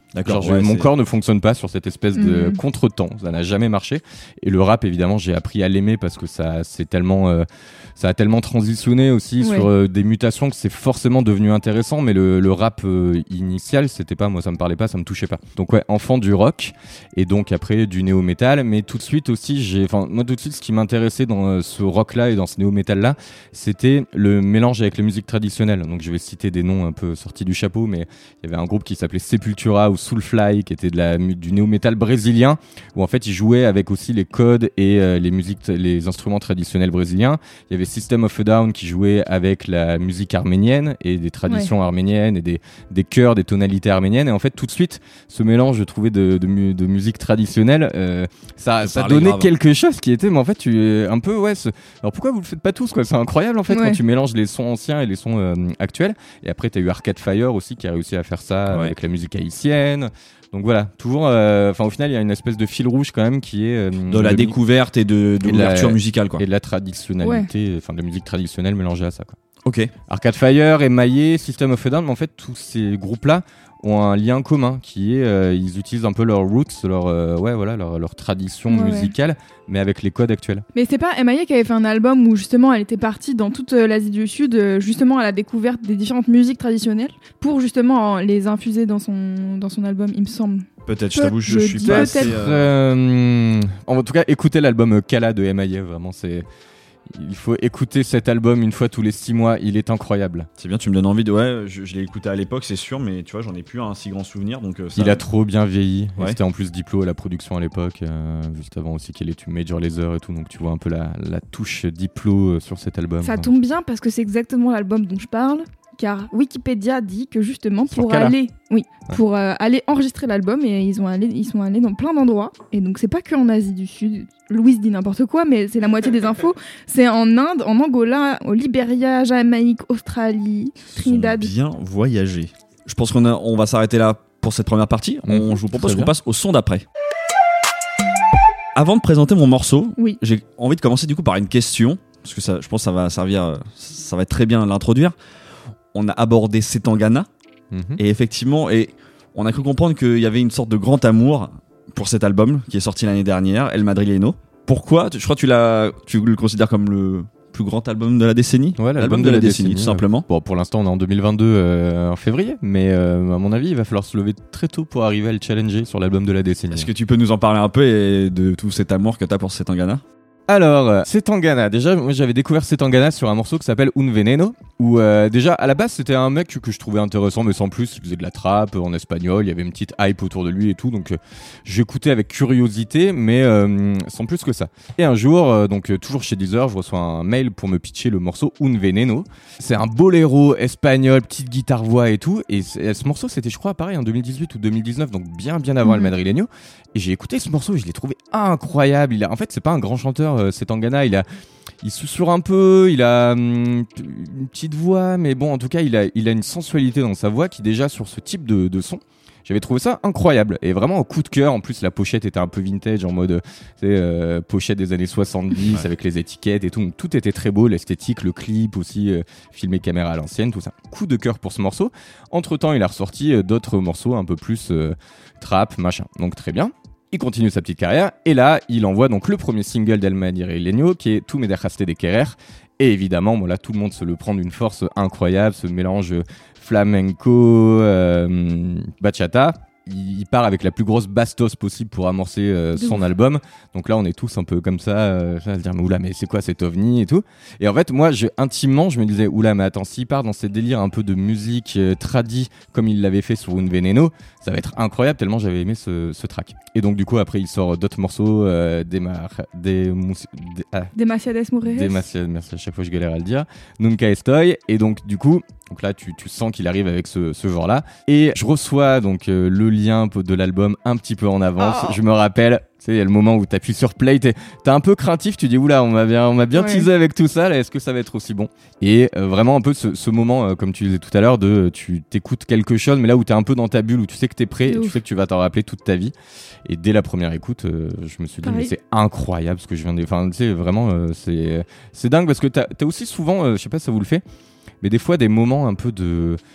D'accord. Genre, je- ouais, mon c'est- corps ne fonctionne pas sur cette espèce de Mhm. contretemps. Ça n'a jamais marché. Et le rap, évidemment, j'ai appris à l'aimer parce que ça, c'est tellement, euh, ça a tellement transitionné aussi Ouais. sur euh, des mutations que c'est forcément devenu intéressant. Mais le, le rap euh, initial, c'était pas, moi, ça me parlait pas, ça me touchait pas. Donc ouais, enfant du rock et donc après du néo-metal. Mais tout de suite aussi, j'ai, enfin, moi tout de suite, ce qui m'intéressait dans euh, ce rock-là et dans ce néo-metal-là, c'était le mélange avec la musique traditionnelle. Donc je vais citer des noms un peu sortis du chapeau, mais il y avait un groupe qui s'appelait Sepultura ou Soulfly, qui était de la, mu- du néo-metal brésilien, où en fait ils jouaient avec aussi les codes et euh, les musiques, les instruments traditionnels brésiliens. Il y avait System of a Down qui jouait avec la musique arménienne et des traditions arméniennes et des, des chœurs, des tonalités arméniennes. Et en fait tout de suite, ce mélange, je trouvais, de, de, mu- de musique traditionnelle, euh, ça, Ça ça parlait donnait grave. quelque chose qui était, mais en fait tu es un peu, ouais, ce- alors pourquoi vous le faites pas tous, quoi? C'est incroyable en fait Ouais. quand tu mélanges les sons anciens et les sons euh, actuels. Et après, tu as eu Arcade Fire aussi qui a réussi à faire ça Ouais. avec la musique haïtienne. Donc voilà, toujours. Enfin, au final, il y a une espèce de fil rouge quand même qui est euh, De la le mi- découverte et de, de Et de la- l'ouverture musicale, quoi. et de la traditionnalité, enfin de la musique traditionnelle mélangée à ça, quoi. Ok. Arcade Fire, Emaillé, System of a Down, mais en fait, tous ces groupes-là ont un lien commun qui est euh, ils utilisent un peu leurs roots, leur euh, ouais voilà leur, leur tradition Ouais, ouais. musicale, mais avec les codes actuels. Mais c'est pas M I A qui avait fait un album où justement elle était partie dans toute euh, l'Asie du Sud, euh, justement à la découverte des différentes musiques traditionnelles, pour justement euh, les infuser dans son, dans son album, il me semble. Peut-être, je Peut- t'avoue, je, je suis dis pas peut-être. assez. euh, Euh, en tout cas, écoutez l'album Kala de M I A, vraiment, c'est. Il faut écouter cet album une fois tous les six mois, il est incroyable. C'est bien, tu me donnes envie de. Ouais, je, je l'ai écouté à l'époque, c'est sûr, mais tu vois, j'en ai plus un si grand souvenir. Donc, euh, ça- Il a trop bien vieilli. Et Ouais. C'était en plus Diplo à la production à l'époque, euh, juste avant aussi qu'il ait eu Major Lazer et tout, donc tu vois un peu la, la touche Diplo euh, sur cet album. Ça Enfin, tombe bien parce que c'est exactement l'album dont je parle, car Wikipédia dit que justement Sur pour Kala. aller, oui, Ouais. pour euh, aller enregistrer l'album, et ils ont allé, ils sont allés dans plein d'endroits, et donc c'est pas que en Asie du Sud. Louise dit n'importe quoi, mais c'est la moitié des infos. C'est en Inde, en Angola, au Libéria, Jamaïque, Australie, Ils sont Trinidad. bien voyagé. Je pense qu'on a, on va s'arrêter là pour cette première partie. On, Mhm, je vous propose très qu'on bien. passe au son d'après. Avant de présenter mon morceau, Oui. j'ai envie de commencer du coup par une question, parce que ça, je pense que ça va servir, euh, ça va être très bien l'introduire. On a abordé Setangana, mhm. et effectivement, et on a cru comprendre qu'il y avait une sorte de grand amour pour cet album qui est sorti l'année dernière, El Madrileno. Pourquoi ? Je crois que tu, l'as, tu le considères comme le plus grand album de la décennie ? Ouais, L'album de, la, décennie, tout simplement. Bon, pour l'instant, on est en deux mille vingt-deux, euh, en février, mais euh, à mon avis, il va falloir se lever très tôt pour arriver à le challenger sur l'album de la décennie. Est-ce que tu peux nous en parler un peu et de tout cet amour que tu as pour Setangana ? Alors, euh, Setangana. Déjà, moi j'avais découvert Setangana sur un morceau qui s'appelle Un Veneno, où euh, déjà à la base c'était un mec que je trouvais intéressant, mais sans plus. Il faisait de la trappe en espagnol, il y avait une petite hype autour de lui et tout, donc euh, j'écoutais avec curiosité, mais euh, sans plus que ça. Et un jour, euh, donc euh, toujours chez Deezer, je reçois un mail pour me pitcher le morceau Un Veneno. C'est un boléro espagnol, petite guitare-voix et tout, et c'est- ce morceau c'était, je crois, pareil en deux mille dix-huit ou deux mille dix-neuf, donc bien bien avant Mhm. El Madrileño. Et j'ai écouté ce morceau et je l'ai trouvé incroyable. Il a, en fait, c'est pas un grand chanteur, euh, Setangana. Il a, il susurre un peu, il a hum, une petite voix, mais bon, en tout cas, il a, il a une sensualité dans sa voix qui déjà sur ce type de, de son. J'avais trouvé ça incroyable et vraiment un coup de cœur. En plus, la pochette était un peu vintage en mode, tu sais, euh, pochette des années soixante-dix Ouais. avec les étiquettes et tout. Donc, tout était très beau, l'esthétique, le clip aussi, euh, filmé caméra à l'ancienne, tout ça. Coup de cœur pour ce morceau. Entre temps, il a ressorti euh, d'autres morceaux un peu plus euh, trap, machin. Donc très bien. Il continue sa petite carrière et là, il envoie donc le premier single d'El Madrileño qui est Tu me dejaste de querer. Et évidemment, bon, là, tout le monde se le prend d'une force incroyable, ce mélange flamenco, euh, bachata. Il, il part avec la plus grosse bastos possible pour amorcer euh, De son ouf. album. Donc là, on est tous un peu comme ça, euh, à se dire, mais oula, mais c'est quoi cet ovni et tout. Et en fait, moi, je, intimement, je me disais, oula, mais attends, s'il part dans ces délires un peu de musique euh, tradie, comme il l'avait fait sur Un Veneno, ça va être incroyable, tellement j'avais aimé ce, ce track. Et donc, du coup, après, il sort d'autres morceaux, euh, des, mar- des, mus- des, ah, Demasiades Mujeres. des merci, merci, à chaque fois je galère à le dire. Nunca estoy. Et donc, du coup, donc là, tu, tu sens qu'il arrive avec ce, ce genre-là. Et je reçois donc euh, le lien de l'album un petit peu en avance. Oh. Je me rappelle, tu sais, il y a le moment où tu appuies sur play, t'es, t'es un peu craintif, tu dis, oula, on m'a bien, on m'a bien Ouais. teasé avec tout ça, là, est-ce que ça va être aussi bon? Et euh, vraiment un peu ce, ce moment, euh, comme tu disais tout à l'heure, de euh, tu t'écoutes quelque chose, mais là où t'es un peu dans ta bulle, où tu sais que t'es prêt, De et tu ouf. sais que tu vas t'en rappeler toute ta vie. Et dès la première écoute, euh, je me suis dit, Pareil. mais c'est incroyable ce que je viens de... Enfin, tu sais, vraiment, euh, c'est, c'est dingue parce que t'as, t'as aussi souvent, euh, je sais pas si ça vous le fait, mais des fois des moments un peu de...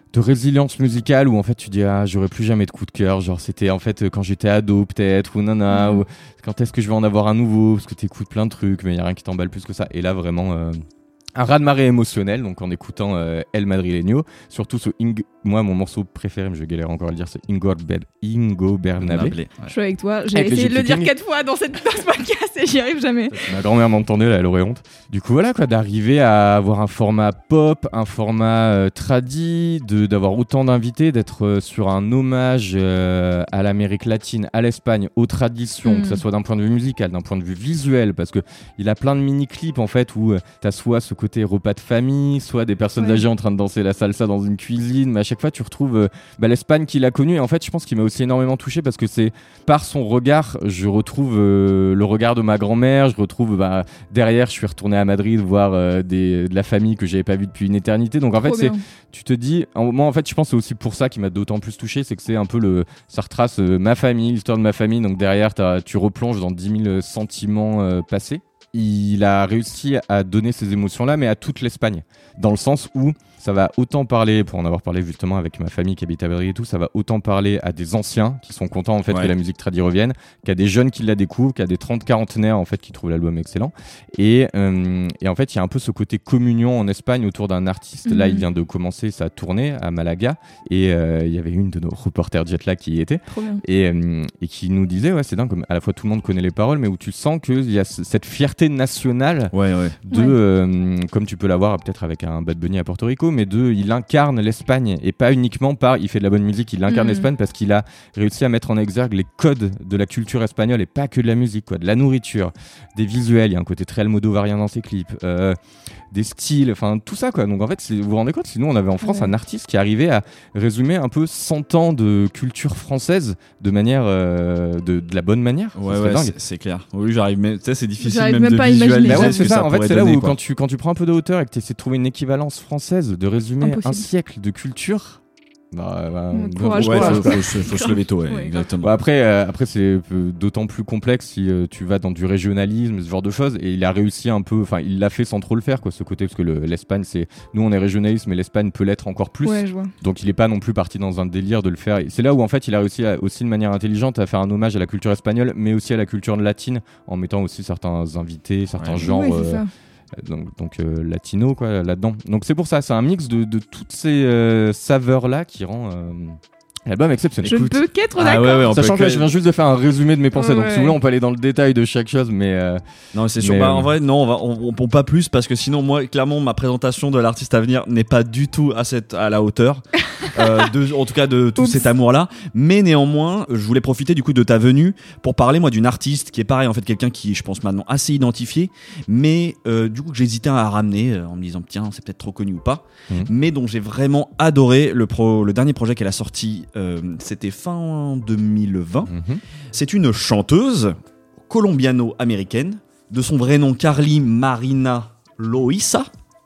de résilience musicale où en fait tu dis ah j'aurais plus jamais de coup de cœur, genre c'était en fait quand j'étais ado peut-être ou nana mmh. ou quand est-ce que je vais en avoir un nouveau parce que t'écoutes plein de trucs mais il y a rien qui t'emballe plus que ça et là vraiment euh, un raz-de-marée émotionnel donc en écoutant euh, El Madrileño, surtout ce Ing- moi mon morceau préféré, mais je galère encore à le dire, c'est Ingo, Ber- Ingo Bernabé. Ouais. Je suis avec toi, j'ai avec essayé de le dire quatre fois dans, cette, dans ce podcast et j'y arrive jamais. Ma grand-mère m'entendait là, elle aurait honte. Du coup voilà quoi, d'arriver à avoir un format pop, un format euh, tradi, de, d'avoir autant d'invités, d'être euh, sur un hommage euh, à l'Amérique latine, à l'Espagne, aux traditions, mmh. que ce soit d'un point de vue musical, d'un point de vue visuel, parce que il a plein de mini-clips en fait où euh, t'as soit ce côté repas de famille, soit des personnes ouais. âgées en train de danser la salsa dans une cuisine, mais à chaque fois tu retrouves euh, bah, l'Espagne qu'il a connue et en fait je pense qu'il m'a aussi énormément touché parce que c'est par son regard, je retrouve euh, le regard de ma grand-mère, je retrouve bah, derrière je suis retourné à Madrid voir euh, des, de la famille que j'avais pas vue depuis une éternité, donc en fait c'est, tu te dis, moi en fait je pense que c'est aussi pour ça qui m'a d'autant plus touché, c'est que c'est un peu le, ça retrace euh, ma famille, l'histoire de ma famille, donc derrière tu replonges dans dix mille sentiments euh, passés. Il a réussi à donner ces émotions-là, mais à toute l'Espagne. Dans le sens où ça va autant parler, pour en avoir parlé justement avec ma famille qui habite à Madrid et tout, ça va autant parler à des anciens qui sont contents en fait ouais. que la musique tradi revienne, qu'à des jeunes qui la découvrent, qu'à des trente-quarantenaires en fait qui trouvent l'album excellent. Et, euh, et en fait, il y a un peu ce côté communion en Espagne autour d'un artiste. Mmh. Là, il vient de commencer sa tournée à Malaga et euh, il y avait une de nos reporters Jetlag qui y était et, euh, et qui nous disait, ouais, c'est dingue, comme à la fois tout le monde connaît les paroles, mais où tu sens qu'il y a c- cette fierté nationale ouais, ouais. de, ouais. Euh, comme tu peux l'avoir peut-être avec un Bad Bunny à Porto Rico, mais de, il incarne l'Espagne et pas uniquement par, il fait de la bonne musique, il incarne mmh. l'Espagne parce qu'il a réussi à mettre en exergue les codes de la culture espagnole et pas que de la musique, quoi, de la nourriture, des visuels, il y a un côté très almodovarien dans ses clips, euh, des styles, enfin tout ça quoi. Donc en fait, c'est, vous vous rendez compte, sinon on avait en France ouais. un artiste qui arrivait à résumer un peu cent ans de culture française de manière, euh, de, de la bonne manière. Ouais, ouais c'est, c'est clair. Oui, j'arrive même, tu sais, c'est difficile j'arrive même, même de pas visualiser. Bah ouais, c'est ça. ça en fait, c'est donner, là où quoi. quand tu quand tu prends un peu de hauteur et que tu essaies de trouver une équivalence française, de résumer Impossible. un siècle de culture. Bah, bah, courage, ouais, courage. faut, faut, faut, faut se lever tôt, ouais, ouais, exactement. Bah après, euh, après c'est euh, d'autant plus complexe si euh, tu vas dans du régionalisme, ce genre de choses. Et il a réussi un peu, enfin, il l'a fait sans trop le faire, quoi, ce côté, parce que le, l'Espagne, c'est, nous, on est régionaliste, mais l'Espagne peut l'être encore plus. Ouais, je vois. Donc, il est pas non plus parti dans un délire de le faire. Et c'est là où, en fait, il a réussi à, aussi de manière intelligente à faire un hommage à la culture espagnole, mais aussi à la culture latine, en mettant aussi certains invités, certains ouais. genres. Ouais, c'est ça. donc, donc euh, latino quoi là-dedans, donc c'est pour ça, c'est un mix de, de toutes ces euh, saveurs là qui rend euh, l'album exceptionnel. Je ne peux qu'être d'accord. Ah ouais, ouais, sachant que là, je viens juste de faire un résumé de mes pensées, ouais, donc ouais. si vous voulez on peut aller dans le détail de chaque chose, mais euh, non c'est sûr. Mais, bah, euh, en vrai non, on va on, on pompe pas plus parce que sinon moi clairement ma présentation de l'artiste à venir n'est pas du tout à cette à la hauteur. euh, de, en tout cas de tout Oups. cet amour là, mais néanmoins je voulais profiter du coup de ta venue pour parler moi d'une artiste qui est pareil en fait, quelqu'un qui je pense maintenant assez identifié, mais euh, du coup que j'hésitais à ramener euh, en me disant tiens c'est peut-être trop connu ou pas, mmh. mais dont j'ai vraiment adoré le, pro, le dernier projet qu'elle a sorti, euh, c'était fin deux mille vingt. Mmh. C'est une chanteuse colombiano-américaine de son vrai nom Carly Marina Loiza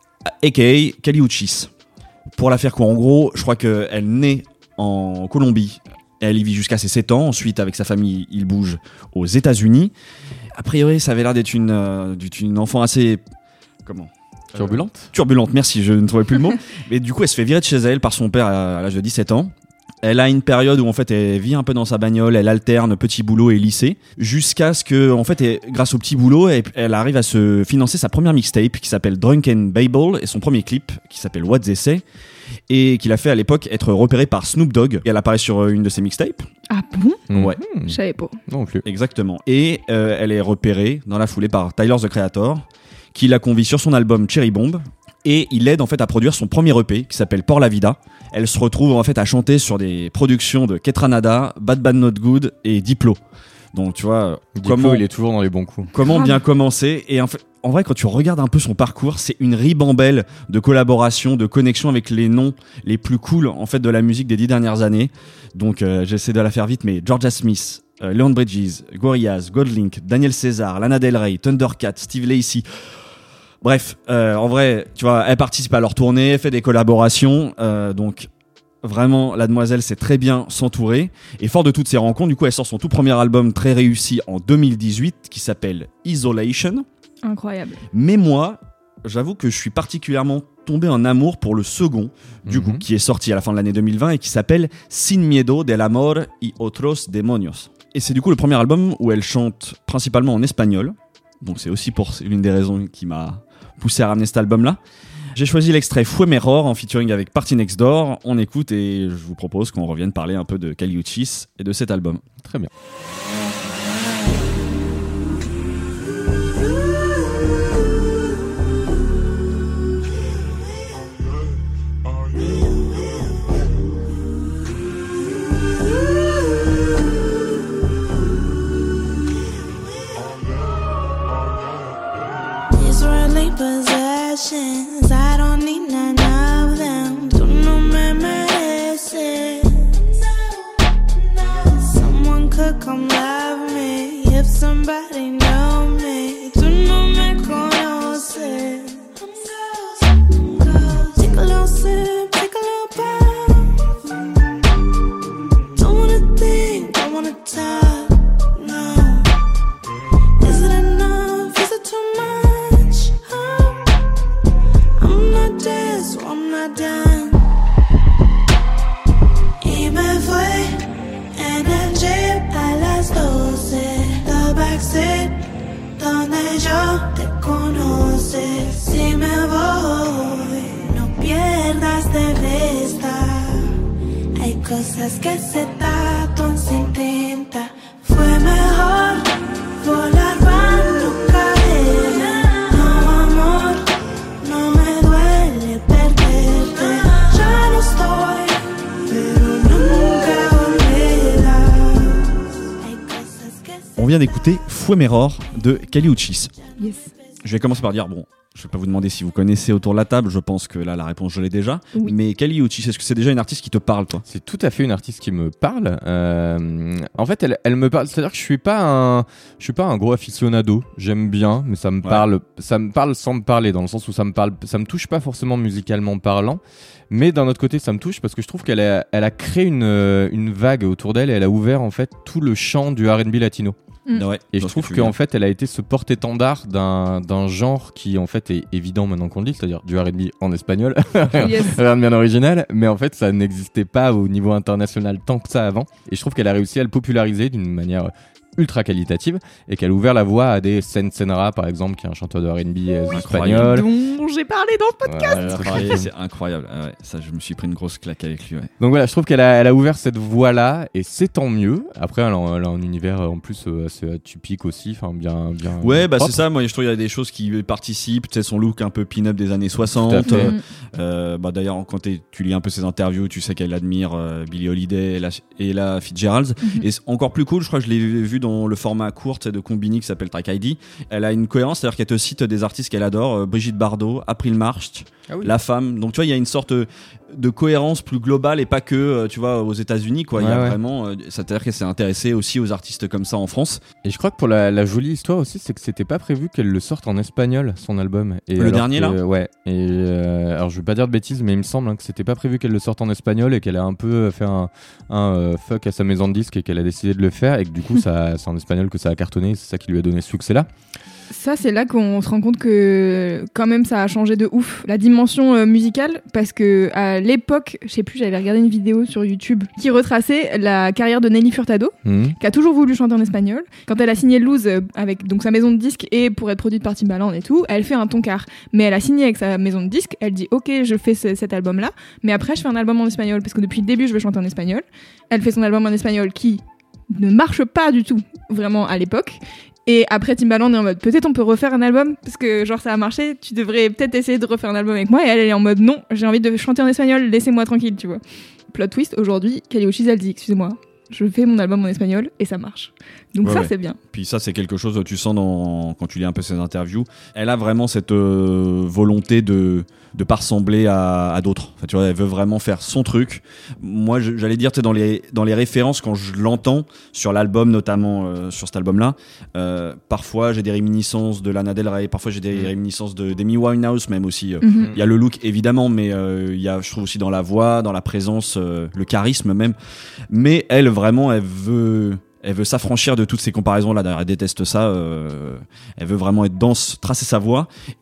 aka Kali Uchis. Pour la faire quoi, en gros, je crois qu'elle naît en Colombie, elle y vit jusqu'à ses sept ans, ensuite avec sa famille, il bouge aux États-Unis. A priori, ça avait l'air d'être une, euh, d'être une enfant assez... Comment euh, Turbulente Turbulente, merci, je ne trouvais plus le mot. Mais du coup, elle se fait virer de chez elle par son père à, à l'âge de dix-sept ans. Elle a une période où en fait elle vit un peu dans sa bagnole, elle alterne petit boulot et lycée, jusqu'à ce que en fait elle, grâce au petit boulot elle, elle arrive à se financer sa première mixtape qui s'appelle Drunken Bible et son premier clip qui s'appelle What They Say et qu'il a fait à l'époque être repéré par Snoop Dogg et elle apparaît sur une de ses mixtapes. Ah bon mmh. Ouais. Je savais pas. Non plus. Exactement. Et euh, elle est repérée dans la foulée par Tyler the Creator qui la convie sur son album Cherry Bomb et il l'aide en fait à produire son premier E P qui s'appelle Por la Vida. Elle se retrouve en fait à chanter sur des productions de Ketranada, Bad Bad Not Good et Diplo. Donc tu vois Diplo, comment il est toujours dans les bons coups. Comment bien commencer. Et en fait, en vrai quand tu regardes un peu son parcours, c'est une ribambelle de collaborations, de connexions avec les noms les plus cool en fait de la musique des dix dernières années. Donc euh, j'essaie de la faire vite, mais Georgia Smith, euh, Leon Bridges, Gorillaz, Goldlink, Daniel César, Lana Del Rey, Thundercat, Steve Lacy. Bref, euh, en vrai, tu vois, elle participe à leur tournée, elle fait des collaborations, euh, donc vraiment, la demoiselle sait très bien s'entourer. Et fort de toutes ces rencontres, du coup, elle sort son tout premier album très réussi en deux mille dix-huit qui s'appelle Isolation. Incroyable. Mais moi, j'avoue que je suis particulièrement tombé en amour pour le second, du Mhm. coup, qui est sorti à la fin de l'année deux mille vingt et qui s'appelle Sin Miedo del Amor y Otros Demonios. Et c'est du coup le premier album où elle chante principalement en espagnol. Donc c'est aussi pour c'est l'une des raisons qui m'a poussé à ramener cet album-là. J'ai choisi l'extrait Fue Mejor en featuring avec Party Next Door. On écoute et je vous propose qu'on revienne parler un peu de Kali Uchis et de cet album. Très bien. These worldly possessions, I don't need none of them. Tú no me mereces. Someone could come love me if somebody knew me. Tú no me conoces. Take a little sip, take a little puff. Don't wanna think, don't wanna talk. No. Is it enough? Is it too much? Oh, I'm not this, I'm not done. Y me fui en el jeep a las doce. The backseat donde yo te conoces. Si me voy, no pierdas de vista. Hay cosas que se tatúan sin tinta. Fue mejor volar para no caer. No, amor, no me duele perderte. Ya no estoy, pero nunca olvidas. Hay cosas que se On vient d'écouter Fue Mejor de Kali Uchis. Yes. Je vais commencer par dire, bon, je vais pas vous demander si vous connaissez autour de la table, je pense que là la réponse je l'ai déjà. Oui. Mais Kali Uchis, est-ce que c'est déjà une artiste qui te parle, toi? C'est tout à fait une artiste qui me parle. Euh, en fait, elle, elle me parle. C'est-à-dire que je suis pas un, je suis pas un gros aficionado. J'aime bien, mais ça me Ouais. parle, ça me parle sans me parler, dans le sens où ça me parle, ça me touche pas forcément musicalement parlant. Mais d'un autre côté, ça me touche parce que je trouve qu'elle a, elle a créé une, euh, une vague autour d'elle et elle a ouvert en fait tout le champ du R and B latino. Mm. Ouais, Et je vois ce trouve que tu veux qu'en dire. fait, elle a été ce porte-étendard d'un, d'un genre qui en fait est évident maintenant qu'on le dit, c'est-à-dire du R and B en espagnol. Yes. Rien de bien original, mais en fait ça n'existait pas au niveau international tant que ça avant. Et je trouve qu'elle a réussi à le populariser d'une manière ultra qualitative et qu'elle a ouvert la voie à des Sen Senra par exemple, qui est un chanteur de R and B euh, Incroyable. espagnol. Dont j'ai parlé dans ce podcast. Voilà, C'est pareil. incroyable, c'est incroyable. Ah ouais, ça, je me suis pris une grosse claque avec lui. Ouais. Donc voilà, je trouve qu'elle a, elle a ouvert cette voie-là et c'est tant mieux. Après, elle a, elle a un univers en plus euh, assez atypique aussi, enfin bien, bien. Ouais, bah propre. c'est ça. Moi, je trouve qu'il y a des choses qui participent. Tu sais, son look un peu pin-up des années soixante. Tout à fait. Euh, euh, bah d'ailleurs, quand t'es- tu lis un peu ses interviews, tu sais qu'elle admire euh, Billie Holiday et la, et la Fitzgerald. Mhm. Et c'est encore plus cool, je crois que je l'ai vu dans le format court de Combini qui s'appelle Track I D. Elle a une cohérence, c'est-à-dire qu'elle te cite des artistes qu'elle adore, euh, Brigitte Bardot, April March, Ah oui. La Femme. Donc tu vois, il y a une sorte de cohérence plus globale et pas que, euh, tu vois, aux États-Unis, quoi. Il y a Ouais, ouais. vraiment, euh, c'est-à-dire qu'elle s'est intéressée aussi aux artistes comme ça en France. Et je crois que pour la, la jolie histoire aussi, c'est que c'était pas prévu qu'elle le sorte en espagnol, son album. Et Le alors dernier, que- là Ouais. Et euh, alors je vais pas dire de bêtises, mais il me semble hein, que c'était pas prévu qu'elle le sorte en espagnol et qu'elle a un peu fait un, un euh, fuck à sa maison de disques et qu'elle a décidé de le faire et que du coup, ça, c'est en espagnol que ça a cartonné. C'est ça qui lui a donné ce succès-là. Ça, c'est là qu'on se rend compte que quand même ça a changé de ouf la dimension euh, musicale, parce que à l'époque, je sais plus, j'avais regardé une vidéo sur YouTube qui retraçait la carrière de Nelly Furtado, Mhm. qui a toujours voulu chanter en espagnol. Quand elle a signé Lose euh, avec donc sa maison de disques et pour être produite par Timbaland et tout, elle fait un tonkard. Mais elle a signé avec sa maison de disques, elle dit ok, je fais ce- cet album-là, mais après je fais un album en espagnol parce que depuis le début je veux chanter en espagnol. Elle fait son album en espagnol qui ne marche pas du tout vraiment à l'époque. Et après Timbaland est en mode peut-être on peut refaire un album parce que genre ça a marché, tu devrais peut-être essayer de refaire un album avec moi. Et elle, elle est en mode non, j'ai envie de chanter en espagnol, laissez-moi tranquille, tu vois. Plot twist, aujourd'hui, Kali Uchis elle dit excusez-moi, je fais mon album en espagnol et ça marche. Donc Ouais, ça ouais. c'est bien. Puis ça, c'est quelque chose que tu sens dans, quand tu lis un peu ses interviews. Elle a vraiment cette euh, volonté de de pas ressembler à, à d'autres. Enfin, tu vois, elle veut vraiment faire son truc. Moi, je- j'allais dire, tu sais, dans les dans les références quand je l'entends sur l'album, notamment euh, sur cet album-là, euh, parfois j'ai des réminiscences de Lana Del Rey, parfois j'ai des Mm. réminiscences de d'Amy Winehouse même aussi. Euh, Mhm. Il y a le look évidemment, mais euh, il y a, je trouve aussi dans la voix, dans la présence, euh, le charisme même. Mais elle vraiment, elle veut, elle veut s'affranchir de toutes ces comparaisons là. D'ailleurs, elle déteste ça. Euh, elle veut vraiment être dans, tracer sa voix. Et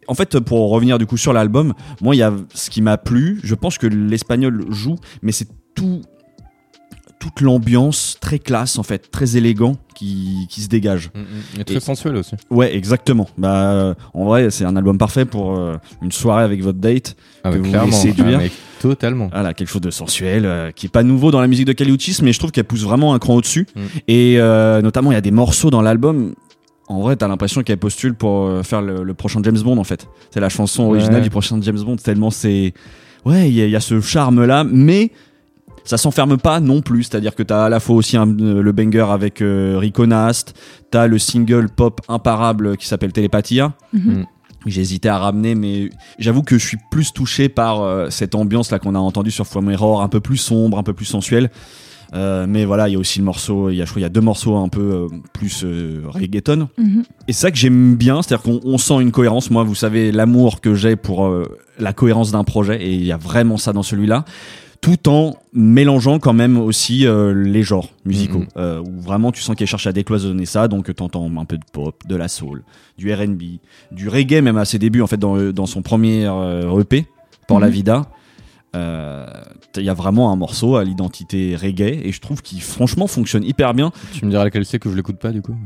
En fait, pour revenir du coup sur l'album, moi, il y a ce qui m'a plu. Je pense que l'espagnol joue, mais c'est tout, toute l'ambiance très classe en fait, très élégant qui, qui se dégage. Mmh, et très Et- sensuel aussi. Ouais, exactement. Bah, euh, en vrai, c'est un album parfait pour euh, une soirée avec votre date. Ah, que mais vous clairement, voulez séduire. ah, mais totalement. Voilà, quelque chose de sensuel, euh, qui est pas nouveau dans la musique de Kali Uchis, mais je trouve qu'elle pousse vraiment un cran au-dessus. Mm. Et euh, notamment, il y a des morceaux dans l'album. En vrai, t'as l'impression qu'elle postule pour euh, faire le, le prochain James Bond, en fait. C'est la chanson originale Ouais. du prochain James Bond, tellement c'est... Ouais, il y, a- il y a ce charme-là, mais ça s'enferme pas non plus. C'est-à-dire que t'as à la fois aussi un- euh, le banger avec euh, Rico Nast, t'as le single pop imparable qui s'appelle Télépathia. Mhm. J'ai hésité à ramener, mais j'avoue que je suis plus touché par euh, cette ambiance là qu'on a entendue sur From Error, un peu plus sombre, un peu plus sensuelle. Euh, mais voilà, il y a aussi le morceau, il y a, je crois, il y a deux morceaux un peu euh, plus euh, reggaeton. Mhm. Et c'est ça que j'aime bien, c'est-à-dire qu'on on sent une cohérence. Moi, vous savez, l'amour que j'ai pour euh, la cohérence d'un projet, et il y a vraiment ça dans celui-là, tout en mélangeant quand même aussi euh, les genres musicaux, Mhm. euh, où vraiment tu sens qu'elle cherche à décloisonner ça, donc t'entends un peu de pop, de la soul, du R and B, du reggae même à ses débuts, en fait, dans, dans son premier euh, E P, Por la Mhm. Vida. Euh, Il y a vraiment un morceau à l'identité reggae, et je trouve qu'il franchement fonctionne hyper bien. Tu me diras laquelle c'est que je l'écoute pas du coup.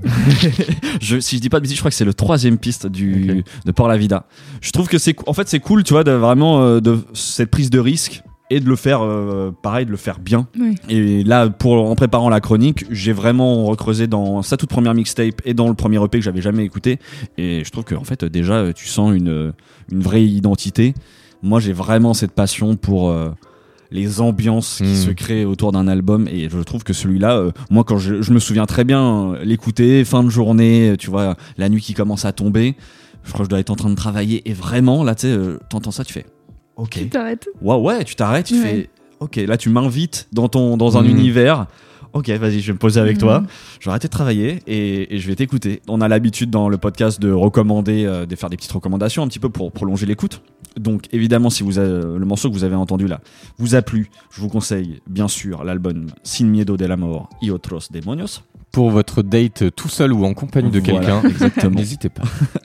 Je, si je dis pas de bêtises, je crois que c'est le troisième piste du, Ok. de Por la Vida. Je trouve que c'est, en fait, c'est cool, tu vois, de vraiment euh, de cette prise de risque et de le faire, euh, pareil, de le faire bien. Ouais. Et là, pour en préparant la chronique, j'ai vraiment recreusé dans sa toute première mixtape et dans le premier E P que j'avais jamais écouté. Et je trouve que en fait, déjà, tu sens une une vraie identité. Moi, j'ai vraiment cette passion pour euh, les ambiances qui Mm. se créent autour d'un album, et je trouve que celui-là, euh, moi, quand je, je me souviens très bien euh, l'écouter, fin de journée, tu vois, la nuit qui commence à tomber, je crois que je dois être en train de travailler, et vraiment, là, tu sais, euh, t'entends ça, tu fais, ok, Tu t'arrêtes. ouais, ouais, tu t'arrêtes, tu Ouais. fais, ok, là, tu m'invites dans ton, dans un Mm. univers. Ok, vas-y, je vais me poser avec Mhm. toi. Je vais arrêter de travailler et, et je vais t'écouter. On a l'habitude dans le podcast de recommander, euh, de faire des petites recommandations un petit peu pour prolonger l'écoute. Donc évidemment, si vous avez, le morceau que vous avez entendu là vous a plu, je vous conseille bien sûr l'album Sin Miedo del Amor y Otros Demonios. Pour votre date tout seul ou en compagnie de Voilà, quelqu'un, exactement. n'hésitez pas.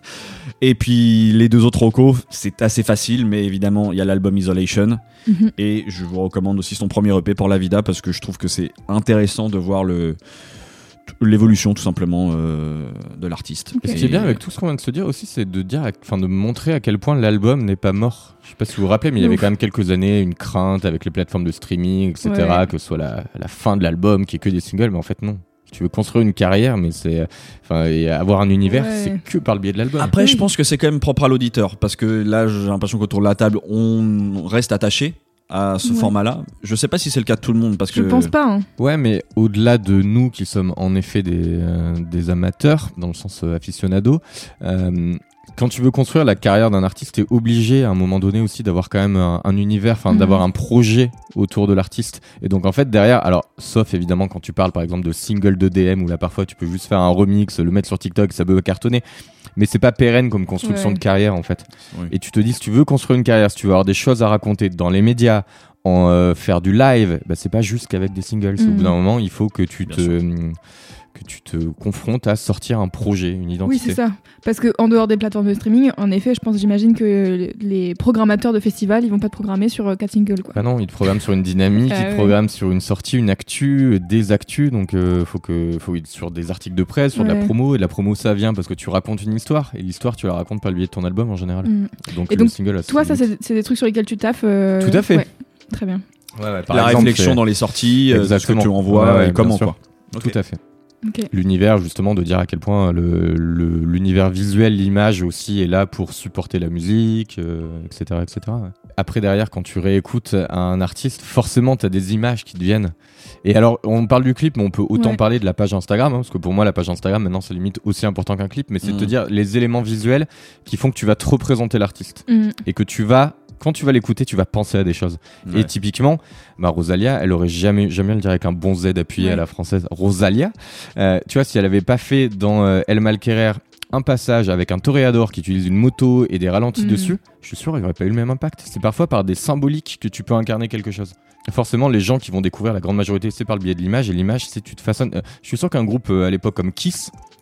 Et puis les deux autres recos, c'est assez facile, mais évidemment il y a l'album Isolation. Mhm. Et je vous recommande aussi son premier E P Por la Vida, parce que je trouve que c'est intéressant de voir le l'évolution tout simplement euh, de l'artiste. Et ce qui est bien avec tout ce qu'on vient de se dire aussi, c'est de dire, enfin de montrer à quel point l'album n'est pas mort. Je sais pas si vous vous rappelez, mais il y avait Ouf. quand même quelques années une crainte avec les plateformes de streaming, et cetera, Ouais. que ce soit la, la fin de l'album, qui est que des singles, mais en fait non. Si tu veux construire une carrière, mais c'est, enfin, et avoir un univers, Ouais. c'est que par le biais de l'album. Après, Oui. je pense que c'est quand même propre à l'auditeur, parce que là, j'ai l'impression qu'autour de la table, on reste attaché à ce Ouais. format-là. Je sais pas si c'est le cas de tout le monde, parce Je que pense pas. Hein. Ouais, mais au-delà de nous qui sommes en effet des, euh, des amateurs, dans le sens euh, aficionado, euh, quand tu veux construire la carrière d'un artiste, t'es obligé à un moment donné aussi d'avoir quand même un, un univers, enfin Mhm. d'avoir un projet autour de l'artiste. Et donc en fait derrière, alors sauf évidemment quand tu parles par exemple de single de D M où là parfois tu peux juste faire un remix, le mettre sur TikTok, ça peut cartonner. Mais c'est pas pérenne comme construction Ouais. de carrière en fait. Oui. Et tu te dis si tu veux construire une carrière, si tu veux avoir des choses à raconter dans les médias, en euh, faire du live, bah, c'est pas juste qu'avec des singles. Au Mhm. bout d'un moment, il faut que tu Bien te hum, que tu te confrontes à sortir un projet, une Oui, identité. c'est ça. Parce que en dehors des plateformes de streaming, en effet, je pense, j'imagine que les programmateurs de festivals, ils vont pas te programmer sur euh, quatre singles, quoi. Bah non, il te programme sur une dynamique, Ah il te ouais. programme sur une sortie, une actu, des actus, donc euh, faut que faut être sur des articles de presse, sur de la Ouais. promo, et de la promo ça vient parce que tu racontes une histoire, et l'histoire tu la racontes par le biais de ton album en général. Mm. Donc Et le donc, single a ses Toi, ça, limites. c'est c'est des trucs sur lesquels tu taffes. euh, Tout à fait. Ouais. Très bien. Ouais, ouais, par la exemple, réflexion c'est- dans les sorties, euh, ce que Exactement. tu envoies, Ouais, ouais, et comment, bien sûr. quoi. Tout à fait. Ok. L'univers justement de dire à quel point le, le- l'univers visuel, l'image aussi est là pour supporter la musique, euh, et cetera, et cetera. ouais. Après derrière, quand tu réécoutes un artiste, forcément t'as des images qui te viennent. Et alors on parle du clip, mais on peut autant Ouais. parler de la page Instagram, hein, parce que pour moi la page Instagram maintenant c'est limite aussi important qu'un clip, mais c'est de te Mhm. dire les éléments visuels qui font que tu vas te représenter l'artiste Mm. et que tu vas quand tu vas l'écouter, tu vas penser à des choses. Ouais. Et typiquement, bah, Rosalia, elle aurait jamais, jamais le dire avec un bon Z appuyé Ouais. à la française. Rosalia, euh, tu vois, si elle avait pas fait dans euh, El Malquerer un passage avec un toréador qui utilise une moto et des ralentis Mm. dessus, je suis sûr qu'il n'y aurait pas eu le même impact. C'est parfois par des symboliques que tu peux incarner quelque chose. Forcément, les gens qui vont découvrir la grande majorité, c'est par le biais de l'image, et l'image, c'est tu te façonnes. Euh, je suis sûr qu'un groupe euh, à l'époque comme Kiss,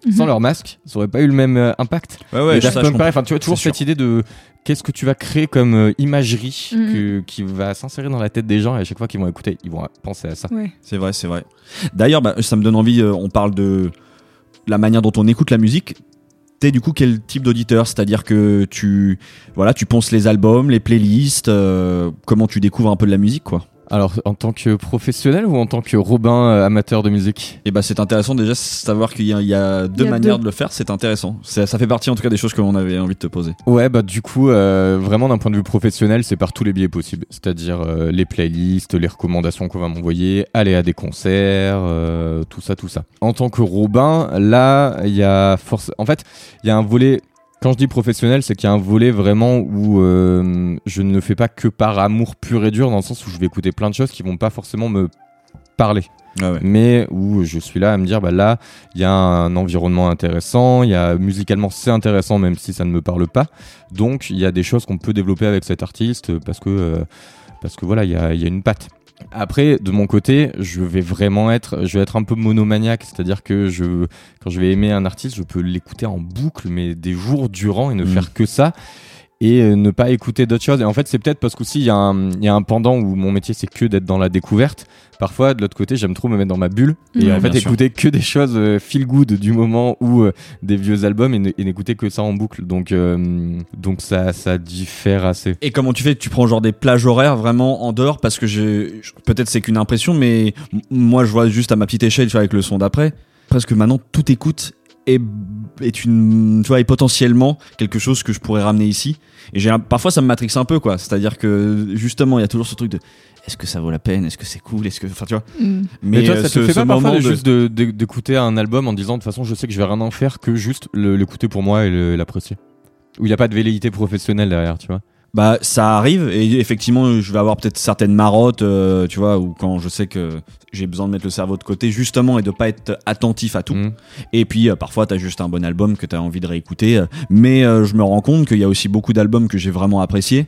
Sans leur masque, ça aurait pas eu le même euh, impact. Ouais, ouais, Et ça, Daft je Punk, comprends. pareil, enfin, tu vois, toujours C'est cette idée de qu'est-ce que tu vas créer comme euh, imagerie Mhm. que- qui va s'insérer dans la tête des gens et à chaque fois qu'ils vont écouter, ils vont penser à ça. Ouais. C'est vrai, c'est vrai. D'ailleurs, bah, ça me donne envie, euh, on parle de la manière dont on écoute la musique. T'es du coup quel type d'auditeur ? C'est-à-dire que tu, voilà, tu ponces les albums, les playlists, euh, comment tu découvres un peu de la musique, quoi. Alors, en tant que professionnel ou en tant que Robin euh, amateur de musique ? Et bah c'est intéressant déjà de savoir qu'il y a, il y a deux Il y a manières deux. de le faire, c'est intéressant. C'est- ça fait partie en tout cas des choses que l'on avait envie de te poser. Ouais, bah du coup, euh, vraiment d'un point de vue professionnel, c'est par tous les biais possibles. C'est-à-dire euh, les playlists, les recommandations qu'on va m'envoyer, aller à des concerts, euh, tout ça, tout ça. En tant que Robin, là, il y a force. En fait, il y a un volet. Quand je dis professionnel, c'est qu'il y a un volet vraiment où euh, je ne le fais pas que par amour pur et dur, dans le sens où je vais écouter plein de choses qui vont pas forcément me parler. Ah ouais. Mais où je suis là à me dire bah là il y a un environnement intéressant, il y a musicalement c'est intéressant même si ça ne me parle pas, donc il y a des choses qu'on peut développer avec cet artiste parce que euh, parce que voilà il y a, il y a une patte. Après de mon côté je vais vraiment être je vais être un peu monomaniaque, c'est-à-dire que je quand je vais aimer un artiste je peux l'écouter en boucle mais des jours durant et ne Mmh. faire que ça et euh, ne pas écouter d'autres choses. Et en fait, c'est peut-être parce qu'aussi il y a un il y a un pendant où mon métier c'est que d'être dans la découverte. Parfois, de l'autre côté, j'aime trop me mettre dans ma bulle et Ouais, en fait bien sûr. écouter que des choses euh, feel good du moment ou euh, des vieux albums et, ne- et n'écouter que ça en boucle. Donc euh, donc ça ça diffère assez. Et comment tu fais ? Tu prends genre des plages horaires vraiment en dehors parce que j'ai peut-être c'est qu'une impression, mais m- moi je vois juste à ma petite échelle, tu vois, avec le son d'après, presque maintenant tout écoute est, est une, tu vois, est potentiellement quelque chose que je pourrais ramener ici. Et j'ai un- parfois ça me matrixe un peu quoi. C'est-à-dire que justement il y a toujours ce truc de est-ce que ça vaut la peine ? Est-ce que c'est cool ? Est-ce que, enfin tu vois. Mm. Mais, toi, euh, ça ce- te fait ce pas parfois moment de de- juste de- de- d'écouter un album en disant de toute façon je sais que je vais rien en faire que juste le- l'écouter pour moi et le- l'apprécier. Où il n'y a pas de velléité professionnelle derrière, tu vois. Bah ça arrive et effectivement je vais avoir peut-être certaines marottes euh, tu vois, ou quand je sais que j'ai besoin de mettre le cerveau de côté justement et de pas être attentif à tout. Mhm. Et puis euh, parfois t'as juste un bon album que t'as envie de réécouter, euh, mais euh, je me rends compte qu'il y a aussi beaucoup d'albums que j'ai vraiment appréciés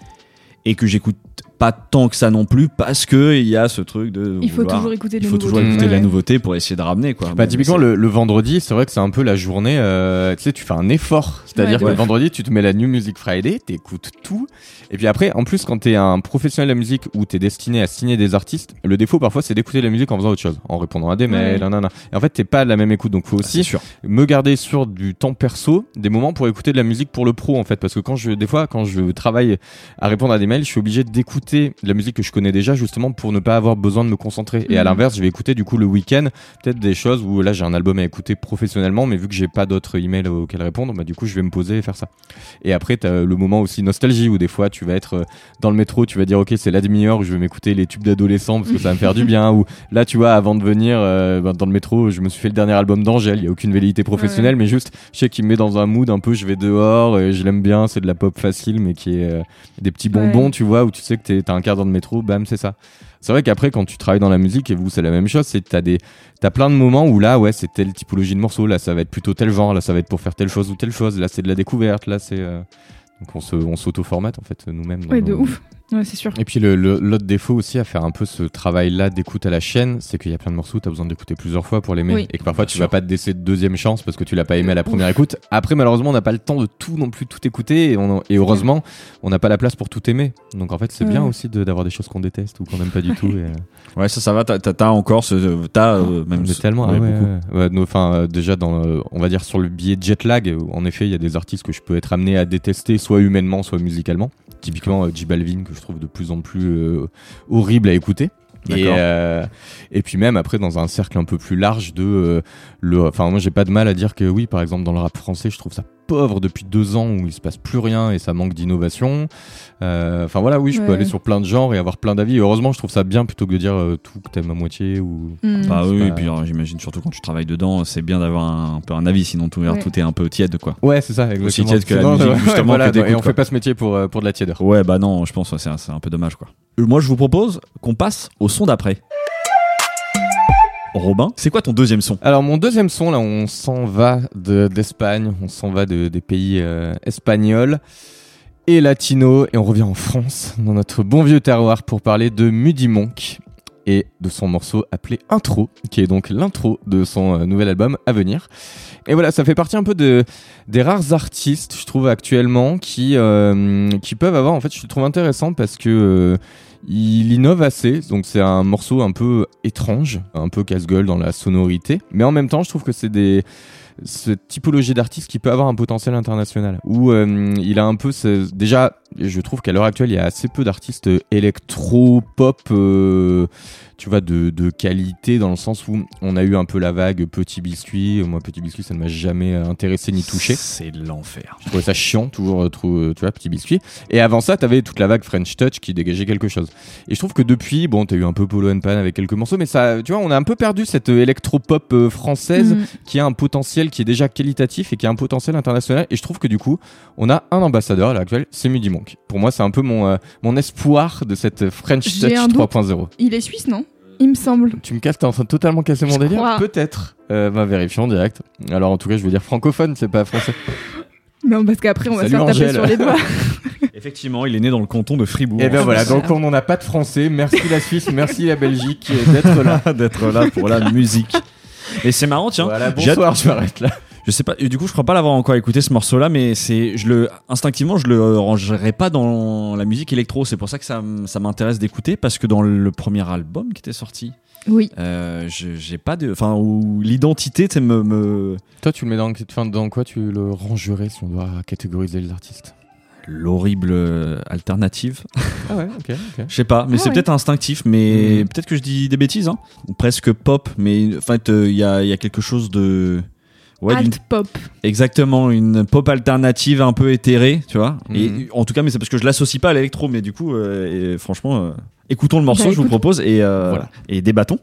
et que j'écoute pas tant que ça non plus parce que il y a ce truc de Il faut vouloir- toujours écouter il des faut toujours nouveautés. écouter de la Ouais. nouveauté pour essayer de ramener quoi. Bah Mais typiquement c'est- le, le vendredi, c'est vrai que c'est un peu la journée, euh, tu sais, tu fais un effort. C'est-à-dire Ouais, que ouais. le vendredi, tu te mets la New Music Friday, t'écoutes tout. Et puis après, en plus, quand t'es un professionnel de la musique ou t'es destiné à signer des artistes, le défaut parfois c'est d'écouter la musique en faisant autre chose, en répondant à des mails, Ouais. nanana. Et en fait, t'es pas à la même écoute, donc faut Ah, c'est aussi sûr. me garder sur du temps perso, des moments pour écouter de la musique pour le pro en fait, parce que quand je, des fois, quand je travaille à répondre à des mails, je suis obligé d'écouter de la musique que je connais déjà justement pour ne pas avoir besoin de me concentrer. Et à Mhm. l'inverse, je vais écouter du coup le week-end peut-être des choses où là j'ai un album à écouter professionnellement, mais vu que j'ai pas d'autres emails auxquels répondre, bah du coup je vais me poser et faire ça. Et après t'as le moment aussi nostalgie où des fois tu vas être euh, dans le métro, tu vas dire ok c'est la demi-heure où je vais m'écouter les tubes d'adolescents parce que ça va me faire du bien. Ou là tu vois avant de venir euh, bah, dans le métro, je me suis fait le dernier album d'Angèle, il y a aucune velléité professionnelle, mais juste je sais qu'il me met dans un mood un peu, je vais dehors, et je l'aime bien, c'est de la pop facile mais qui est euh, des petits bonbons, Ouais. tu vois, où tu sais que t'es- t'as un quart d'heure de métro, bam c'est ça. C'est vrai qu'après quand tu travailles dans la musique et vous c'est la même chose, c'est que t'as des t'as plein de moments où là ouais c'est telle typologie de morceaux, là ça va être plutôt tel genre, là ça va être pour faire telle chose ou telle chose, là c'est de la découverte, là c'est euh, donc on se on s'auto-formate en fait nous-mêmes. dans Ouais, de nos- ouf. Ouais, c'est sûr. Et puis le, le- l'autre défaut aussi à faire un peu ce travail-là d'écoute à la chaîne, c'est qu'il y a plein de morceaux, t'as besoin d'écouter plusieurs fois pour l'aimer, Oui. et que parfois Bien tu sûr. vas pas te laisser de deuxième chance parce que tu l'as pas aimé à la première écoute. Après malheureusement on n'a pas le temps de tout non plus tout écouter, et, on, et heureusement on n'a pas la place pour tout aimer. Donc en fait c'est Ouais. bien aussi de- d'avoir des choses qu'on déteste ou qu'on n'aime pas du tout. Et, euh, Ouais ça ça va, t'as, t'as- t'as encore ce t'as euh, même mais ce- tellement, ouais, ah ouais, beaucoup. ouais. Ouais, nos- enfin, euh, déjà dans, le- on va dire sur le biais jet lag, euh, en effet, il y a des artistes que je peux être amené à détester, soit humainement, soit musicalement. Typiquement, euh, J Balvin que je trouve de plus en plus euh, horrible à écouter. Et, D'accord. euh, et puis même après dans un cercle un peu plus large de euh, le, enfin moi j'ai pas de mal à dire que oui par exemple dans le rap français je trouve ça pauvre depuis deux ans où il se passe plus rien et ça manque d'innovation. Euh, Enfin voilà oui je peux Ouais. aller sur plein de genres et avoir plein d'avis. Et heureusement je trouve ça bien plutôt que de dire euh, tout que t'aimes à moitié ou. Mm. Bah c'est oui, pas- et puis alors, j'imagine surtout quand tu travailles dedans, c'est bien d'avoir un, un peu un avis, sinon tout, Ouais. tout est un peu tiède quoi. Ouais, c'est ça, exactement. Aussi tiède que la Sinon, musique, ouais, justement, voilà, que t'écoutes, et on quoi. fait pas ce métier pour, euh, pour de la tièdeur. Ouais, bah non, je pense que c'est un, c'est un peu dommage quoi. Euh, Moi je vous propose qu'on passe au son d'après. Robin, c'est quoi ton deuxième son ? Alors, mon deuxième son, là, on s'en va de, d'Espagne, on s'en va de, des pays euh, espagnols et latinos, et on revient en France, dans notre bon vieux terroir, pour parler de Muddy Monk. et de son morceau appelé Intro, qui est donc l'intro de son euh, nouvel album à venir. Et voilà, ça fait partie un peu de, des rares artistes, je trouve, actuellement, qui, euh, qui peuvent avoir, en fait, je le trouve intéressant parce que euh, il innove assez, donc c'est un morceau un peu étrange, un peu casse-gueule dans la sonorité, mais en même temps, je trouve que c'est des cette typologie d'artiste qui peut avoir un potentiel international, où euh, il a un peu ce... déjà, je trouve qu'à l'heure actuelle il y a assez peu d'artistes électro-pop euh, tu vois, de, de qualité, dans le sens où on a eu un peu la vague Petit Biscuit. Moi, Petit Biscuit, ça ne m'a jamais intéressé ni touché. C'est l'enfer. Je trouvais ça chiant, toujours, trop, tu vois, Petit Biscuit. Et avant ça, t'avais toute la vague French Touch qui dégageait quelque chose. Et je trouve que depuis, bon, t'as eu un peu Polo and Pan avec quelques morceaux, mais ça, tu vois, on a un peu perdu cette électro-pop euh, française mmh. qui a un potentiel qui est déjà qualitatif et qui a un potentiel international. Et je trouve que du coup, on a un ambassadeur à l'heure actuelle, c'est Muddy Monk. Pour moi, c'est un peu mon, euh, mon espoir de cette French J'ai Touch trois point zéro. Il est suisse, non ? Il me semble. Tu me casses, t'es en train de totalement casser mon je délire. Crois. Peut-être. Euh, bah, vérifions direct. Alors, en tout cas, je veux dire francophone, c'est pas français. Non, parce qu'après, on va Salut se faire taper Angèle. sur les doigts. Effectivement, il est né dans le canton de Fribourg. Et ben voilà, donc on n'en a pas de français. Merci la Suisse, merci la Belgique d'être là. d'être là pour la musique. Et c'est marrant, tiens. Voilà, bonsoir, je m'arrête là. Je sais pas, du coup, je crois pas l'avoir encore écouté ce morceau-là, mais c'est, je le, instinctivement, je le rangerais pas dans la musique électro. C'est pour ça que ça, ça m'intéresse d'écouter, parce que dans le premier album qui était sorti, oui, euh, je, j'ai pas de, enfin, où l'identité, tu sais, me, me. Toi, tu le mets dans, enfin, dans quoi tu le rangerais si on doit catégoriser les artistes? L'horrible euh, alternative. Ah ouais, ok, ok. Je sais pas, mais ah c'est ouais. peut-être instinctif, mais mmh. peut-être que je dis des bêtises, hein. Ou presque pop, mais en fait, il euh, y, a, y a quelque chose de. Ouais, alt d'une... pop. Exactement, une pop alternative un peu éthérée, tu vois. Mmh. Et en tout cas, mais c'est parce que je l'associe pas à l'électro, mais du coup, euh, et franchement, euh, écoutons le morceau, Bah, je vous écoute. propose, et, euh, Voilà. et débattons.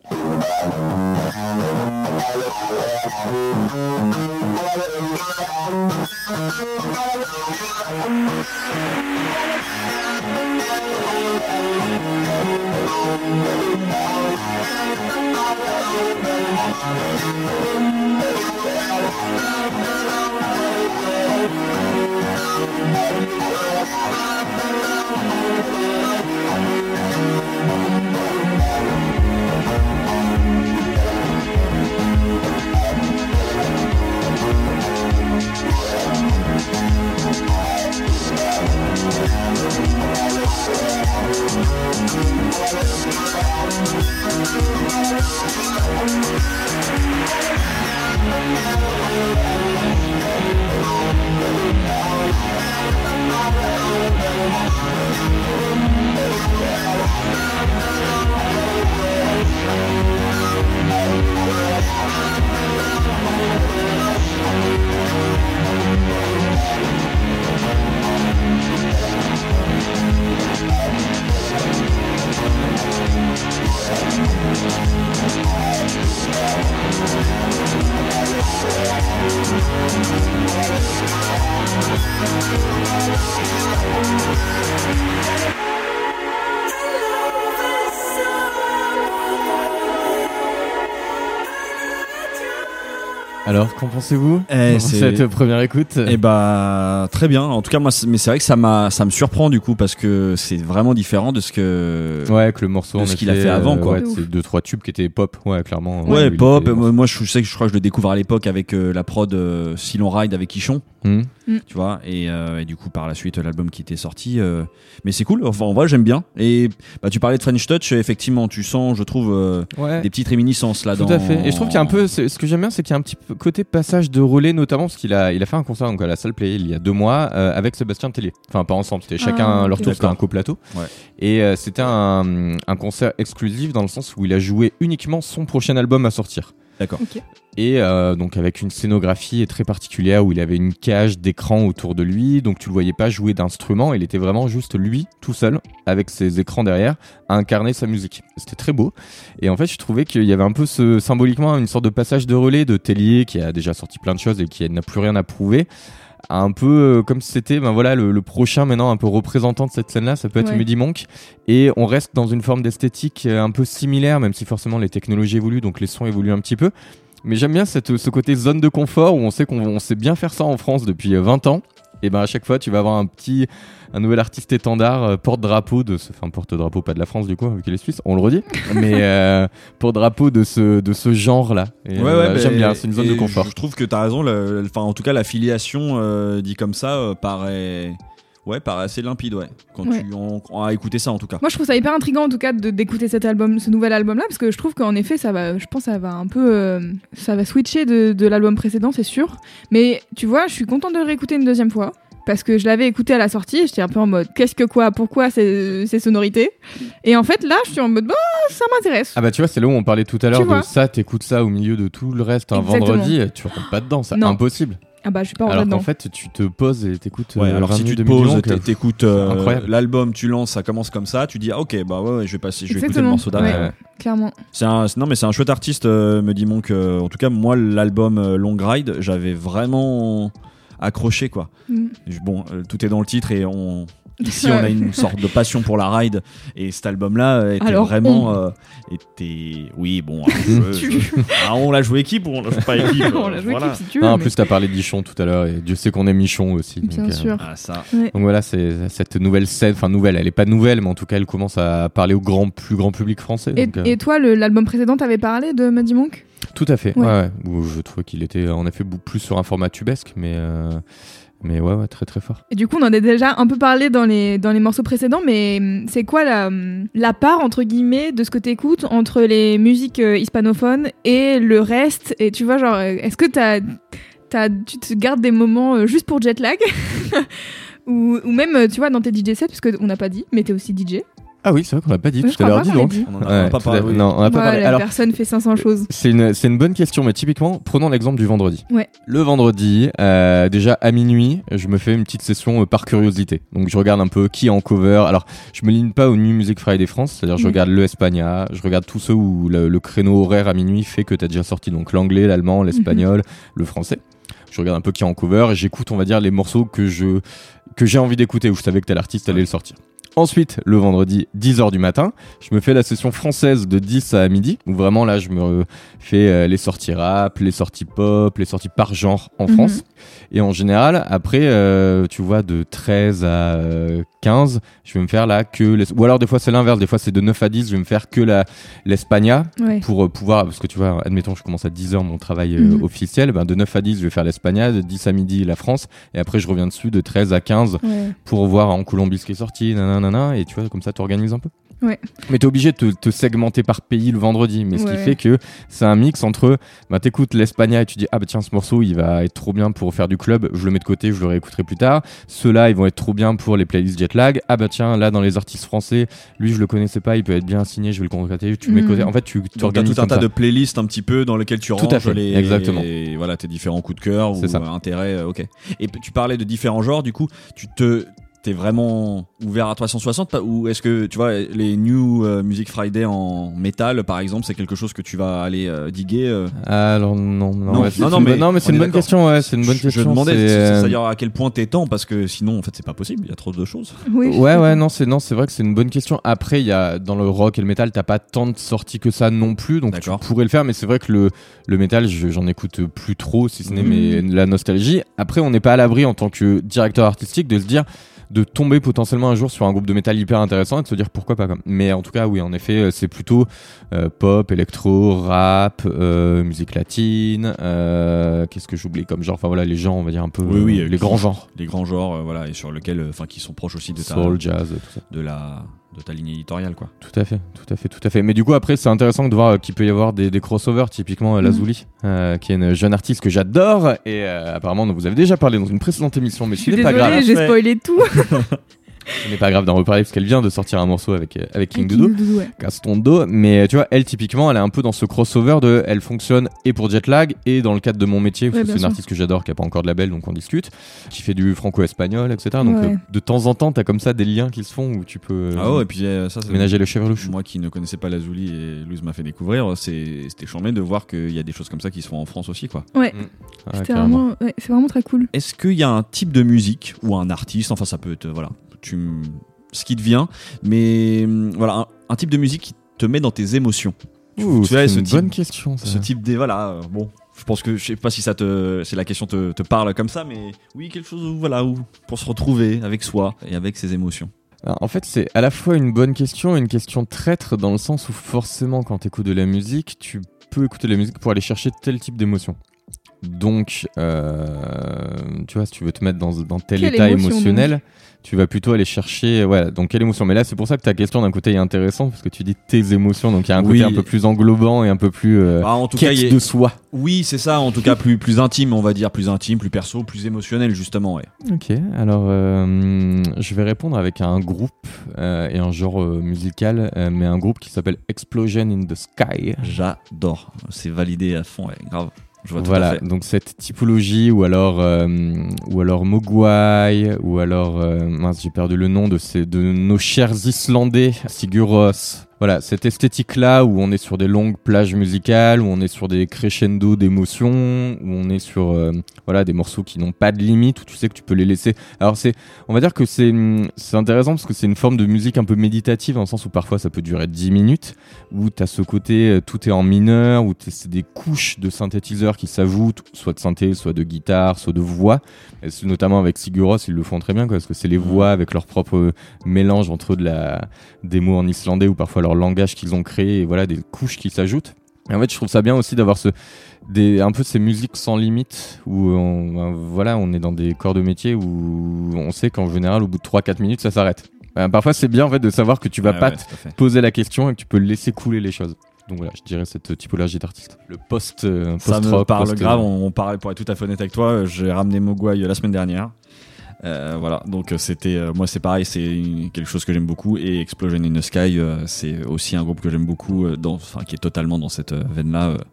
Alors, qu'en pensez-vous Eh, de c'est- cette première écoute? Et bah très bien. En tout cas, moi, c'est- mais c'est vrai que ça m'a, ça me surprend du coup, parce que c'est vraiment différent de ce que. Ouais, que le morceau de en ce qu'il effet, a fait avant, euh, quoi. ouais, De ouf. c'est deux trois tubes qui étaient pop, ouais, clairement. Ouais, où il pop. était- Moi, moi, je sais que je crois que je le découvre à l'époque avec euh, la prod euh, Silon Ride avec Ichon. Hmm. Tu vois, et, euh, et du coup par la suite l'album qui était sorti, euh, mais c'est cool, enfin en vrai j'aime bien. Et bah, tu parlais de French Touch, effectivement tu sens, je trouve, euh, Ouais. des petites réminiscences là Tout dans. à fait. Et je trouve qu'il y a un peu, c'est- ce que j'aime bien, c'est qu'il y a un petit peu côté passage de relais, notamment parce qu'il a, il a fait un concert donc à la salle Play il y a deux mois euh, avec Sébastien Tellier. Enfin, pas ensemble, c'était chacun Ah, leur ok. tour, c'était un coplateau. Ouais. Et euh, c'était un, un concert exclusif dans le sens où il a joué uniquement son prochain album à sortir. D'accord. Ok. Et euh, donc avec une scénographie très particulière où il avait une cage d'écran autour de lui, donc tu le voyais pas jouer d'instrument, il était vraiment juste lui tout seul avec ses écrans derrière à incarner sa musique. C'était très beau. Et en fait, je trouvais qu'il y avait un peu ce, symboliquement une sorte de passage de relais de Tellier qui a déjà sorti plein de choses et qui n'a plus rien à prouver. Un peu euh, comme si c'était ben voilà, le, le prochain maintenant un peu représentant de cette scène-là, ça peut être Ouais. Muddy Monk. Et on reste dans une forme d'esthétique euh, un peu similaire, même si forcément les technologies évoluent, donc les sons évoluent un petit peu. Mais j'aime bien cette, ce côté zone de confort où on sait qu'on on sait bien faire ça en France depuis vingt ans. et ben à chaque fois tu vas avoir un petit un nouvel artiste étendard euh, porte-drapeau de ce enfin porte-drapeau pas de la France du coup vu qu'il est suisse, on le redit, mais euh, porte-drapeau de ce de ce genre là. Et, Ouais, euh, ouais, j'aime mais- bien, c'est une zone et de confort. Je, je trouve que t'as raison. le- Enfin, en tout cas, l'affiliation euh, dit comme ça euh, paraît, ouais, paraît assez limpide, ouais. Quand Ouais. tu on, on a écouté ça, en tout cas. Moi, je trouve ça hyper intriguant en tout cas de d'écouter cet album, ce nouvel album-là, parce que je trouve qu'en effet, ça va, je pense, ça va un peu, euh, ça va switcher de, de l'album précédent, c'est sûr. Mais tu vois, je suis contente de le réécouter une deuxième fois. Parce que je l'avais écouté à la sortie, et j'étais un peu en mode qu'est-ce que quoi, pourquoi ces, ces sonorités. Et en fait là, je suis en mode bah ça m'intéresse. Ah bah tu vois, c'est là où on parlait tout à l'heure Tu de vois. ça, t'écoutes ça au milieu de tout le reste un Exactement. vendredi, tu rentres pas dedans, c'est Non. impossible. Ah bah je suis pas en Alors dedans. qu'en fait, tu te poses et t'écoutes Ouais, euh, alors vingt si tu minutes te de millions, poses, que- t- t'écoutes euh, c'est incroyable. l'album, tu lances, ça commence comme ça, tu dis ah ok bah ouais, ouais, je vais passer, je vais écouter le Exactement. morceau d'après. Ouais. Ouais. Clairement. C'est un, c'est- non mais c'est un chouette artiste, euh, me dit Monk. euh, en tout cas moi l'album euh, Long Ride, j'avais vraiment accroché quoi. Mm. Je- Bon, euh, tout est dans le titre et on ici on a une sorte de passion pour la ride et cet album là était Alors, vraiment on. euh, était oui bon alors, je- je- ah, on l'a joué équipe ou on l'a joué pas équipe On euh, l'a joué voilà. équipe, si tu veux. Non, en mais- plus, t'as parlé d'Ichon tout à l'heure, et Dieu sait qu'on aime Ichon aussi. donc, Bien euh, sûr. Ah ça. Donc voilà, c'est cette nouvelle scène, enfin nouvelle, elle est pas nouvelle, mais en tout cas, elle commence à parler au grand, plus grand public français. Et, donc, euh, et toi, le- l'album précédent, t'avais parlé de Muddy Monk? Tout à fait, Ouais. ouais. ouais. Où je trouvais qu'il était en effet beaucoup plus sur un format tubesque, mais, euh, mais ouais, ouais, très très fort. Et du coup, on en a déjà un peu parlé dans les, dans les morceaux précédents, mais hum, c'est quoi la, hum, la part, entre guillemets, de ce que t'écoutes entre les musiques euh, hispanophones et le reste? Et tu vois, genre, euh, est-ce que t'as, t'as, tu te gardes des moments euh, juste pour jet lag? ou, ou même, euh, tu vois, dans tes D J sets, parce qu'on n'a pas dit, mais t'es aussi D J. Ah oui, c'est vrai qu'on l'a pas dit Ouais, je tout à crois l'heure, pas dis qu'on donc. l'ait dit. On en a- on en a Ouais, pas tout à- parlé, oui. Non, on a pas Voilà, parlé. la Alors, personne fait cinq cents choses. c'est une, c'est une bonne question, mais typiquement, prenons l'exemple du vendredi. Ouais. Le vendredi, euh, déjà à minuit, je me fais une petite session euh, par curiosité. Donc je regarde un peu qui est en cover. Alors, je me ligne pas au New Music Friday France, c'est-à-dire je Mhm. regarde le Espagna, je regarde tous ceux où le, le créneau horaire à minuit fait que t'as déjà sorti donc l'anglais, l'allemand, l'espagnol, le français. Je regarde un peu qui est en cover et j'écoute, on va dire, les morceaux que je que j'ai envie d'écouter, où je savais que tel artiste allait le sortir. Ensuite, le vendredi, dix heures du matin, je me fais la session française de dix à midi, où vraiment là, je me fais euh, les sorties rap, les sorties pop, les sorties par genre en Mhm. France. Et en général, après, euh, tu vois, de treize à euh, quinze, je vais me faire là que... Les... Ou alors des fois, c'est l'inverse, des fois, c'est de neuf à dix, je vais me faire que la l'Espagna Ouais. pour euh, pouvoir... Parce que tu vois, admettons, je commence à dix heures mon travail euh, Mhm. officiel, ben, de neuf à dix, je vais faire l'Espagna, de dix à midi, la France, et après, je reviens dessus de treize à quinze Ouais. pour voir en Colombie ce qui est sorti, nanana, et tu vois, comme ça, tu organises un peu. Ouais. Mais t'es obligé de te, te segmenter par pays le vendredi, mais ce Ouais. qui fait que c'est un mix entre, bah t'écoutes l'Espagna et tu dis ah bah tiens ce morceau il va être trop bien pour faire du club, je le mets de côté, je le réécouterai plus tard. Ceux-là ils vont être trop bien pour les playlists jet lag. Ah bah tiens là dans les artistes français, lui je le connaissais pas, il peut être bien signé, je vais le contracter, tu le mets de Mm. côté. En fait tu Donc, t'as t'organises tout un comme tas ça. de playlists un petit peu dans lesquelles tu Tout ranges à fait, les exactement. les- voilà tes différents coups de cœur ou C'est ça. euh, intérêts euh, ok. Et p- tu parlais de différents genres, du coup tu te t'es vraiment ouvert à trois cent soixante pas- ou est-ce que tu vois les New euh, Music Friday en métal par exemple c'est quelque chose que tu vas aller euh, diguer euh Alors non non Non, ouais, c'est non, non, une mais bonne- non mais c'est on une est bonne d'accord. question ouais c'est une bonne Je- question. Je demandais c'est, c'est- euh, c'est-à-dire à quel point t'étends parce que sinon en fait c'est pas possible, il y a trop de choses. Oui, je suis Ouais, d'accord. ouais, non, c'est non, c'est vrai que c'est une bonne question. Après, il y a dans le rock et le métal, t'as pas tant de sorties que ça non plus, donc tu D'accord. pourrais le faire. Mais c'est vrai que le le métal, je- j'en écoute plus trop, si ce n'est Mhm. mais la nostalgie. Après, on n'est pas à l'abri en tant que directeur artistique de se dire de tomber potentiellement un jour sur un groupe de métal hyper intéressant et de se dire pourquoi pas. Comme. Mais en tout cas, oui, en effet, c'est plutôt euh, pop, électro, rap, euh, musique latine. Euh, Qu'est-ce que j'oublie comme genre? Enfin voilà, les gens, on va dire un peu Oui, oui, euh, euh, les qui- grands genres, Les grands genres euh, voilà et sur lesquels enfin qui sont proches aussi de ta soul, jazz, tout ça. de la de ta ligne éditoriale quoi. Tout à fait, tout à fait, tout à fait. Mais du coup, après, c'est intéressant de voir euh, qu'il peut y avoir des, des crossovers, typiquement euh, Mhm. Lazuli, euh, qui est une jeune artiste que j'adore, et euh, apparemment, on vous avez déjà parlé dans une précédente émission, mais Je ce suis n'est pas grave. désolée, j'ai Ouais. spoilé tout. Ce n'est pas grave d'en reparler, parce qu'elle vient de sortir un morceau avec, euh, avec King King Doudou. Doudou, ouais. Gaston Do, mais euh, tu vois, elle typiquement, elle est un peu dans ce crossover de, elle fonctionne et pour Jetlag et dans le cadre de mon métier, parce Ouais, que bien c'est une sûr. artiste que j'adore, qui a pas encore de label, donc on discute, qui fait du franco-espagnol, et cetera. Donc Ouais. euh, de temps en temps, t'as comme ça des liens qui se font où tu peux euh, Ah ouais et puis euh, ça c'est ménager le chevreuche. moi qui ne connaissais pas Lazuli et Luz m'a fait découvrir, c'est c'était charmé de voir qu'il y a des choses comme ça qui se font en France aussi quoi. Ouais, C'était carrément. vraiment, ouais, c'est vraiment très cool. Est-ce qu'il y a un type de musique ou un artiste, enfin ça peut être voilà, tu m- ce qui te vient, mais hum, voilà un, un type de musique qui te met dans tes émotions. Ouh, tu vois, c'est ce une type- bonne question, ça. Ce type des voilà euh, bon Je pense que je sais pas si ça te, si la question te, te parle comme ça, mais oui, quelque chose où, voilà, où, pour se retrouver avec soi et avec ses émotions. Alors, en fait, c'est à la fois une bonne question et une question traître, dans le sens où forcément, quand tu écoutes de la musique, tu peux écouter de la musique pour aller chercher tel type d'émotion. Donc, euh, tu vois, si tu veux te mettre dans, dans tel Quelle état émotion, émotionnel, donc tu vas plutôt aller chercher, voilà, donc quelle émotion. Mais là, c'est pour ça que ta question d'un côté est intéressante, parce que tu dis tes émotions, donc il y a un côté Oui. un peu plus englobant et un peu plus euh, Ah, en tout quête cas, il y a- de soi. Oui, c'est ça, en tout cas plus, plus intime, on va dire, plus intime, plus perso, plus émotionnel, justement. Ouais. Ok, alors euh, je vais répondre avec un groupe euh, et un genre euh, musical, euh, mais un groupe qui s'appelle Explosion in the Sky. J'adore, c'est validé à fond, ouais, grave. Je vois tout Voilà, à fait. donc cette typologie, ou alors, euh, ou alors Mogwai, ou alors, euh, mince, j'ai perdu le nom de, ces, de nos chers Islandais, Sigur Rós. Voilà, cette esthétique-là où on est sur des longues plages musicales, où on est sur des crescendo d'émotions, où on est sur euh, voilà, des morceaux qui n'ont pas de limite, où tu sais que tu peux les laisser. Alors c'est, on va dire que c'est, c'est intéressant parce que c'est une forme de musique un peu méditative, dans le sens où parfois ça peut durer dix minutes, où tu as ce côté, euh, tout est en mineur, où c'est des couches de synthétiseurs qui s'ajoutent, soit de synthé, soit de guitare, soit de voix. Et c'est notamment avec Sigur Rós, ils le font très bien, quoi, parce que c'est les voix avec leur propre euh, mélange entre de la, des mots en islandais ou parfois leur langage qu'ils ont créé, et voilà, des couches qui s'ajoutent. Et en fait, je trouve ça bien aussi d'avoir ce, des, un peu ces musiques sans limite, où on, ben, voilà, on est dans des corps de métier où on sait qu'en général, au bout de trois quatre minutes, ça s'arrête. Ben, parfois, c'est bien en fait de savoir que tu vas Ouais, pas ouais, te tout à fait. poser la question et que tu peux laisser couler les choses. Donc voilà, je dirais cette typologie d'artiste. Le post, euh, Ça post-rock, me parle post- grave, on, on parlait, pour être tout à fait honnête avec toi, j'ai ramené Mogwai la semaine dernière. Euh, voilà, donc c'était, euh, moi c'est pareil, c'est une- quelque chose que j'aime beaucoup, et Explosion in the Sky, euh, c'est aussi un groupe que j'aime beaucoup, euh, dans, enfin, qui est totalement dans cette euh, veine-là, euh,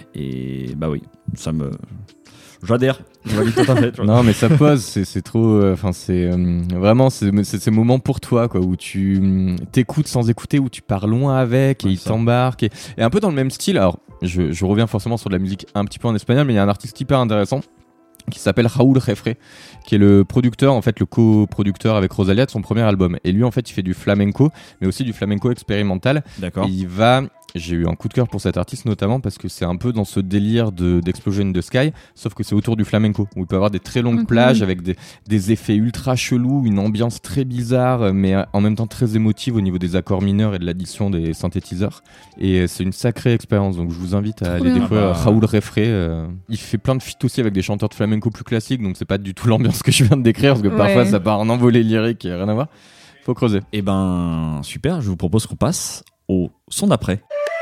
et bah oui, ça me, j'adhère, je valide tout à fait. tu vois. Non, mais ça pose, c'est, c'est trop. Enfin, euh, c'est euh, vraiment, c'est, c'est ces moments pour toi, quoi, où tu euh, t'écoutes sans écouter, où tu pars loin avec, et Ouais, il ça. t'embarque. Et, et un peu dans le même style. Alors, je, je reviens forcément sur de la musique un petit peu en espagnol, mais il y a un artiste hyper intéressant qui s'appelle Raúl Refré, qui est le producteur, en fait, le coproducteur avec Rosalía de son premier album. Et lui, en fait, il fait du flamenco, mais aussi du flamenco expérimental. D'accord. Et il va, j'ai eu un coup de cœur pour cet artiste notamment parce que c'est un peu dans ce délire de, d'Explosion in the Sky, sauf que c'est autour du flamenco, où il peut avoir des très longues Mhm. plages avec des, des effets ultra chelous, une ambiance très bizarre, mais en même temps très émotive au niveau des accords mineurs et de l'addition des synthétiseurs. Et c'est une sacrée expérience, donc je vous invite à Trop aller bien. découvrir Ah bah. Raúl Refré. Euh, il fait plein de feats aussi avec des chanteurs de flamenco plus classiques, donc c'est pas du tout l'ambiance que je viens de décrire, parce que parfois Ouais. ça part en envolée lyrique et rien à voir. Faut creuser. Et ben super, je vous propose qu'on passe au son d'après.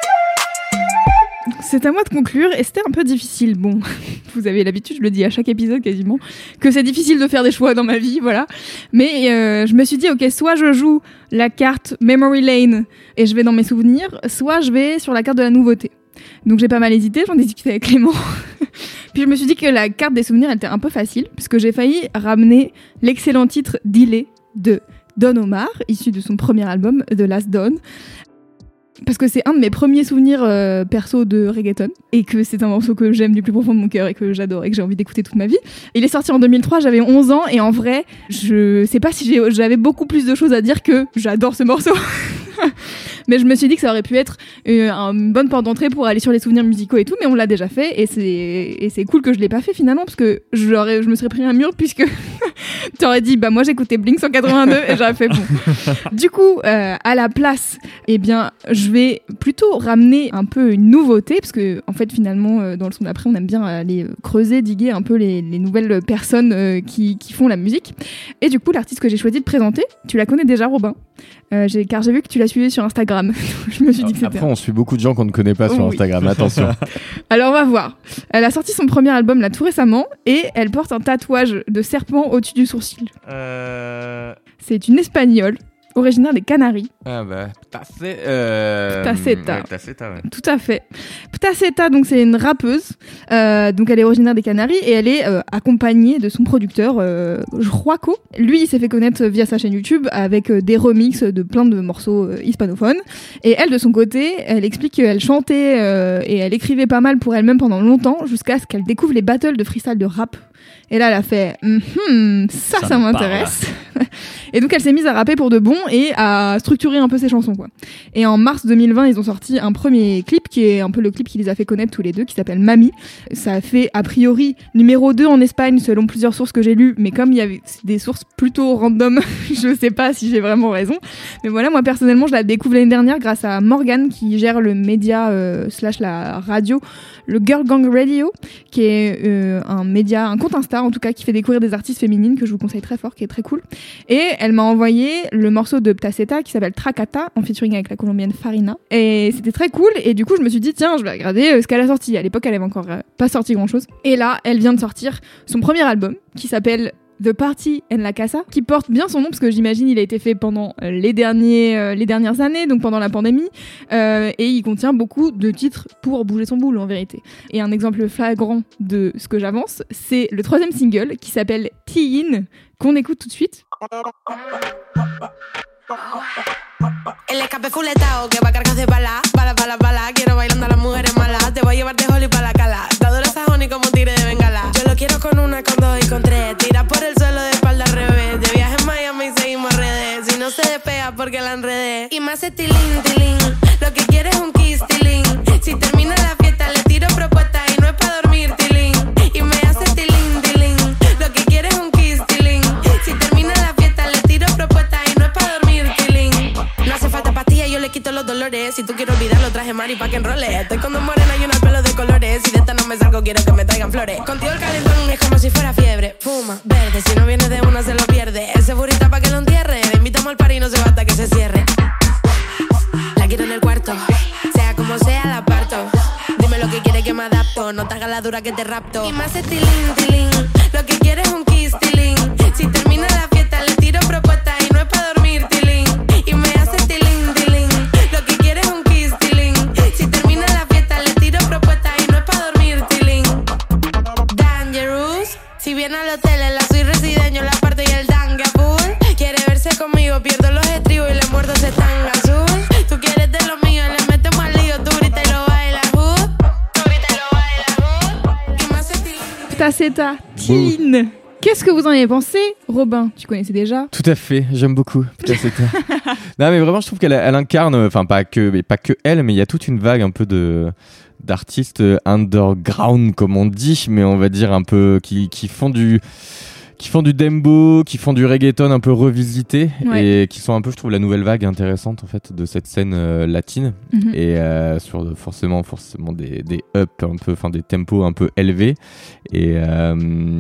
C'est à moi de conclure et c'était un peu difficile. Bon, vous avez l'habitude, je le dis à chaque épisode quasiment, que c'est difficile de faire des choix dans ma vie, voilà. Mais euh, je me suis dit, ok, soit je joue la carte Memory Lane et je vais dans mes souvenirs, soit je vais sur la carte de la nouveauté. Donc j'ai pas mal hésité, j'en ai discuté avec Clément. Puis je me suis dit que la carte des souvenirs elle était un peu facile, puisque j'ai failli ramener l'excellent titre Delay de Don Omar, issu de son premier album, The Last Dawn. Parce que c'est un de mes premiers souvenirs euh, perso de reggaeton, et que c'est un morceau que j'aime du plus profond de mon cœur et que j'adore et que j'ai envie d'écouter toute ma vie. Il est sorti en deux mille trois, j'avais onze ans, et en vrai, je sais pas si j'ai- j'avais beaucoup plus de choses à dire que j'adore ce morceau. Mais je me suis dit que ça aurait pu être euh, une bonne porte d'entrée pour aller sur les souvenirs musicaux et tout, mais on l'a déjà fait, et c'est, et c'est cool que je l'ai pas fait finalement, parce que j'aurais, je me serais pris un mur, puisque t'aurais dit, bah moi j'écoutais Blink cent quatre-vingt-deux, et j'aurais fait bon. Du coup, euh, à la place, eh bien, je vais plutôt ramener un peu une nouveauté, parce que en fait finalement, euh, dans le son d'après, on aime bien aller euh, creuser, diguer un peu les, les nouvelles personnes euh, qui, qui font la musique. Et du coup, l'artiste que j'ai choisi de présenter, tu la connais déjà, Robin, euh, j'ai, car j'ai vu que tu la suivais sur Instagram. Je me suis dit que c'était... Après, on suit beaucoup de gens qu'on ne connaît pas sur Oui. Instagram, attention. Alors on va voir. Elle a sorti son premier album là tout récemment et elle porte un tatouage de serpent au-dessus du sourcil. C'est une espagnole, originaire des Canaries. Ah bah, Ptaceta. Euh... Ptaceta. Ouais, Ptaceta, ouais. Tout à fait. Ptaceta, donc c'est une rappeuse. Euh, donc elle est originaire des Canaries et elle est euh, accompagnée de son producteur euh, Joaco. Lui, il s'est fait connaître via sa chaîne YouTube avec euh, des remixes de plein de morceaux euh, hispanophones. Et elle, de son côté, elle explique qu'elle chantait euh, et elle écrivait pas mal pour elle-même pendant longtemps jusqu'à ce qu'elle découvre les battles de freestyle de rap. Et là, elle a fait mm-hmm, ça, ça, Ça me m'intéresse. Et donc elle s'est mise à rapper pour de bon et à structurer un peu ses chansons, quoi. Et en mars deux mille vingt, ils ont sorti un premier clip qui est un peu le clip qui les a fait connaître tous les deux, qui s'appelle Mami. Ça a fait a priori numéro deux en Espagne selon plusieurs sources que j'ai lues, mais comme il y avait des sources plutôt random, je sais pas si j'ai vraiment raison. Mais voilà, moi personnellement, je la découvre l'année dernière grâce à Morgane qui gère le média euh, slash la radio, le Girl Gang Radio, qui est euh, un média, un compte Insta en tout cas, qui fait découvrir des artistes féminines que je vous conseille très fort, qui est très cool. Et elle m'a envoyé le morceau de Ptaceta qui s'appelle Tracata en featuring avec la colombienne Farina. Et c'était très cool. Et du coup, je me suis dit, tiens, je vais regarder euh, ce qu'elle a sorti. À l'époque, elle avait encore euh, pas sorti grand chose. Et là, elle vient de sortir son premier album qui s'appelle The Party and La Casa, qui porte bien son nom parce que j'imagine il a été fait pendant les, derniers, euh, les dernières années, donc pendant la pandémie, euh, et il contient beaucoup de titres pour bouger son boule en vérité. Et un exemple flagrant de ce que j'avance, c'est le troisième single qui s'appelle Teen, qu'on écoute tout de suite. El escape fuletao que va cargas de bala, bala, bala, bala. Quiero bailando a las mujeres malas. Te voy a llevar de Holly pa' la cala. Te adoro sajón y como un tigre de bengala. Yo lo quiero con una, con dos y con tres. Tira por el suelo de espalda al revés. De viaje en Miami y seguimos redes. Si no se despega porque la enredé. Y me hace tilín, tilín. Lo que quiere es un kiss, tilín. Si termina la fiesta le tiro propuesta y no es pa' dormir, tilín. Y me hace tilín, tilín. Lo que quiere es un kiss, tilín. Si termina la fiesta le tiro propuesta y no es pa' dormir, tilín. No hace falta pastilla, yo le quito los dolores. Si tú quieres olvidarlo, traje mari pa' que enrole. Estoy con dos morenas y unos pelos de colores. Si de esta no me salgo, quiero que me traigan flores. Contigo el calentón es como si fuera fiebre. Fuma, verde, si no vienes de una se lo pierde. Ese burrita pa' que lo entierre. Le invitamos al party y no se va hasta que se cierre. La quiero en el cuarto, sea como sea la parto. Dime lo que quiere que me adapto. No te hagas la dura que te rapto. Y me hace tilín, tilín. Lo que quiere es un kiss, tilín. Si termina la fiesta le tiro propuesta y no es pa' dormir, tilín. Y me hace tilín, tilín. Lo que quiere es un kiss, tilín. Si termina la fiesta le tiro propuesta y no es pa' dormir, tilín. Dangerous. Si viene al hotel en la suite resideño, la parte y el tanga full. Quiere verse conmigo, pierdo los estribos y le muerdo ese tanga azul. Tú quieres de lo mío, le metemos al lío. Tú grita y lo bailas, hood. Tú grita y lo bailas, hood. Y me hace tilín. Ptaceta, Teen. Qu'est-ce que vous en avez pensé, Robin? Tu connaissais déjà? Tout à fait, j'aime beaucoup. Non mais vraiment, je trouve qu'elle elle incarne, enfin pas que, mais pas que elle, mais il y a toute une vague un peu de d'artistes underground comme on dit, mais on va dire un peu qui qui font du qui font du dembo, qui font du reggaeton un peu revisité, ouais. Et qui sont un peu, je trouve, la nouvelle vague intéressante en fait de cette scène euh, latine, mm-hmm. Et euh, sur forcément forcément des des up un peu, enfin des tempos un peu élevés, et, euh,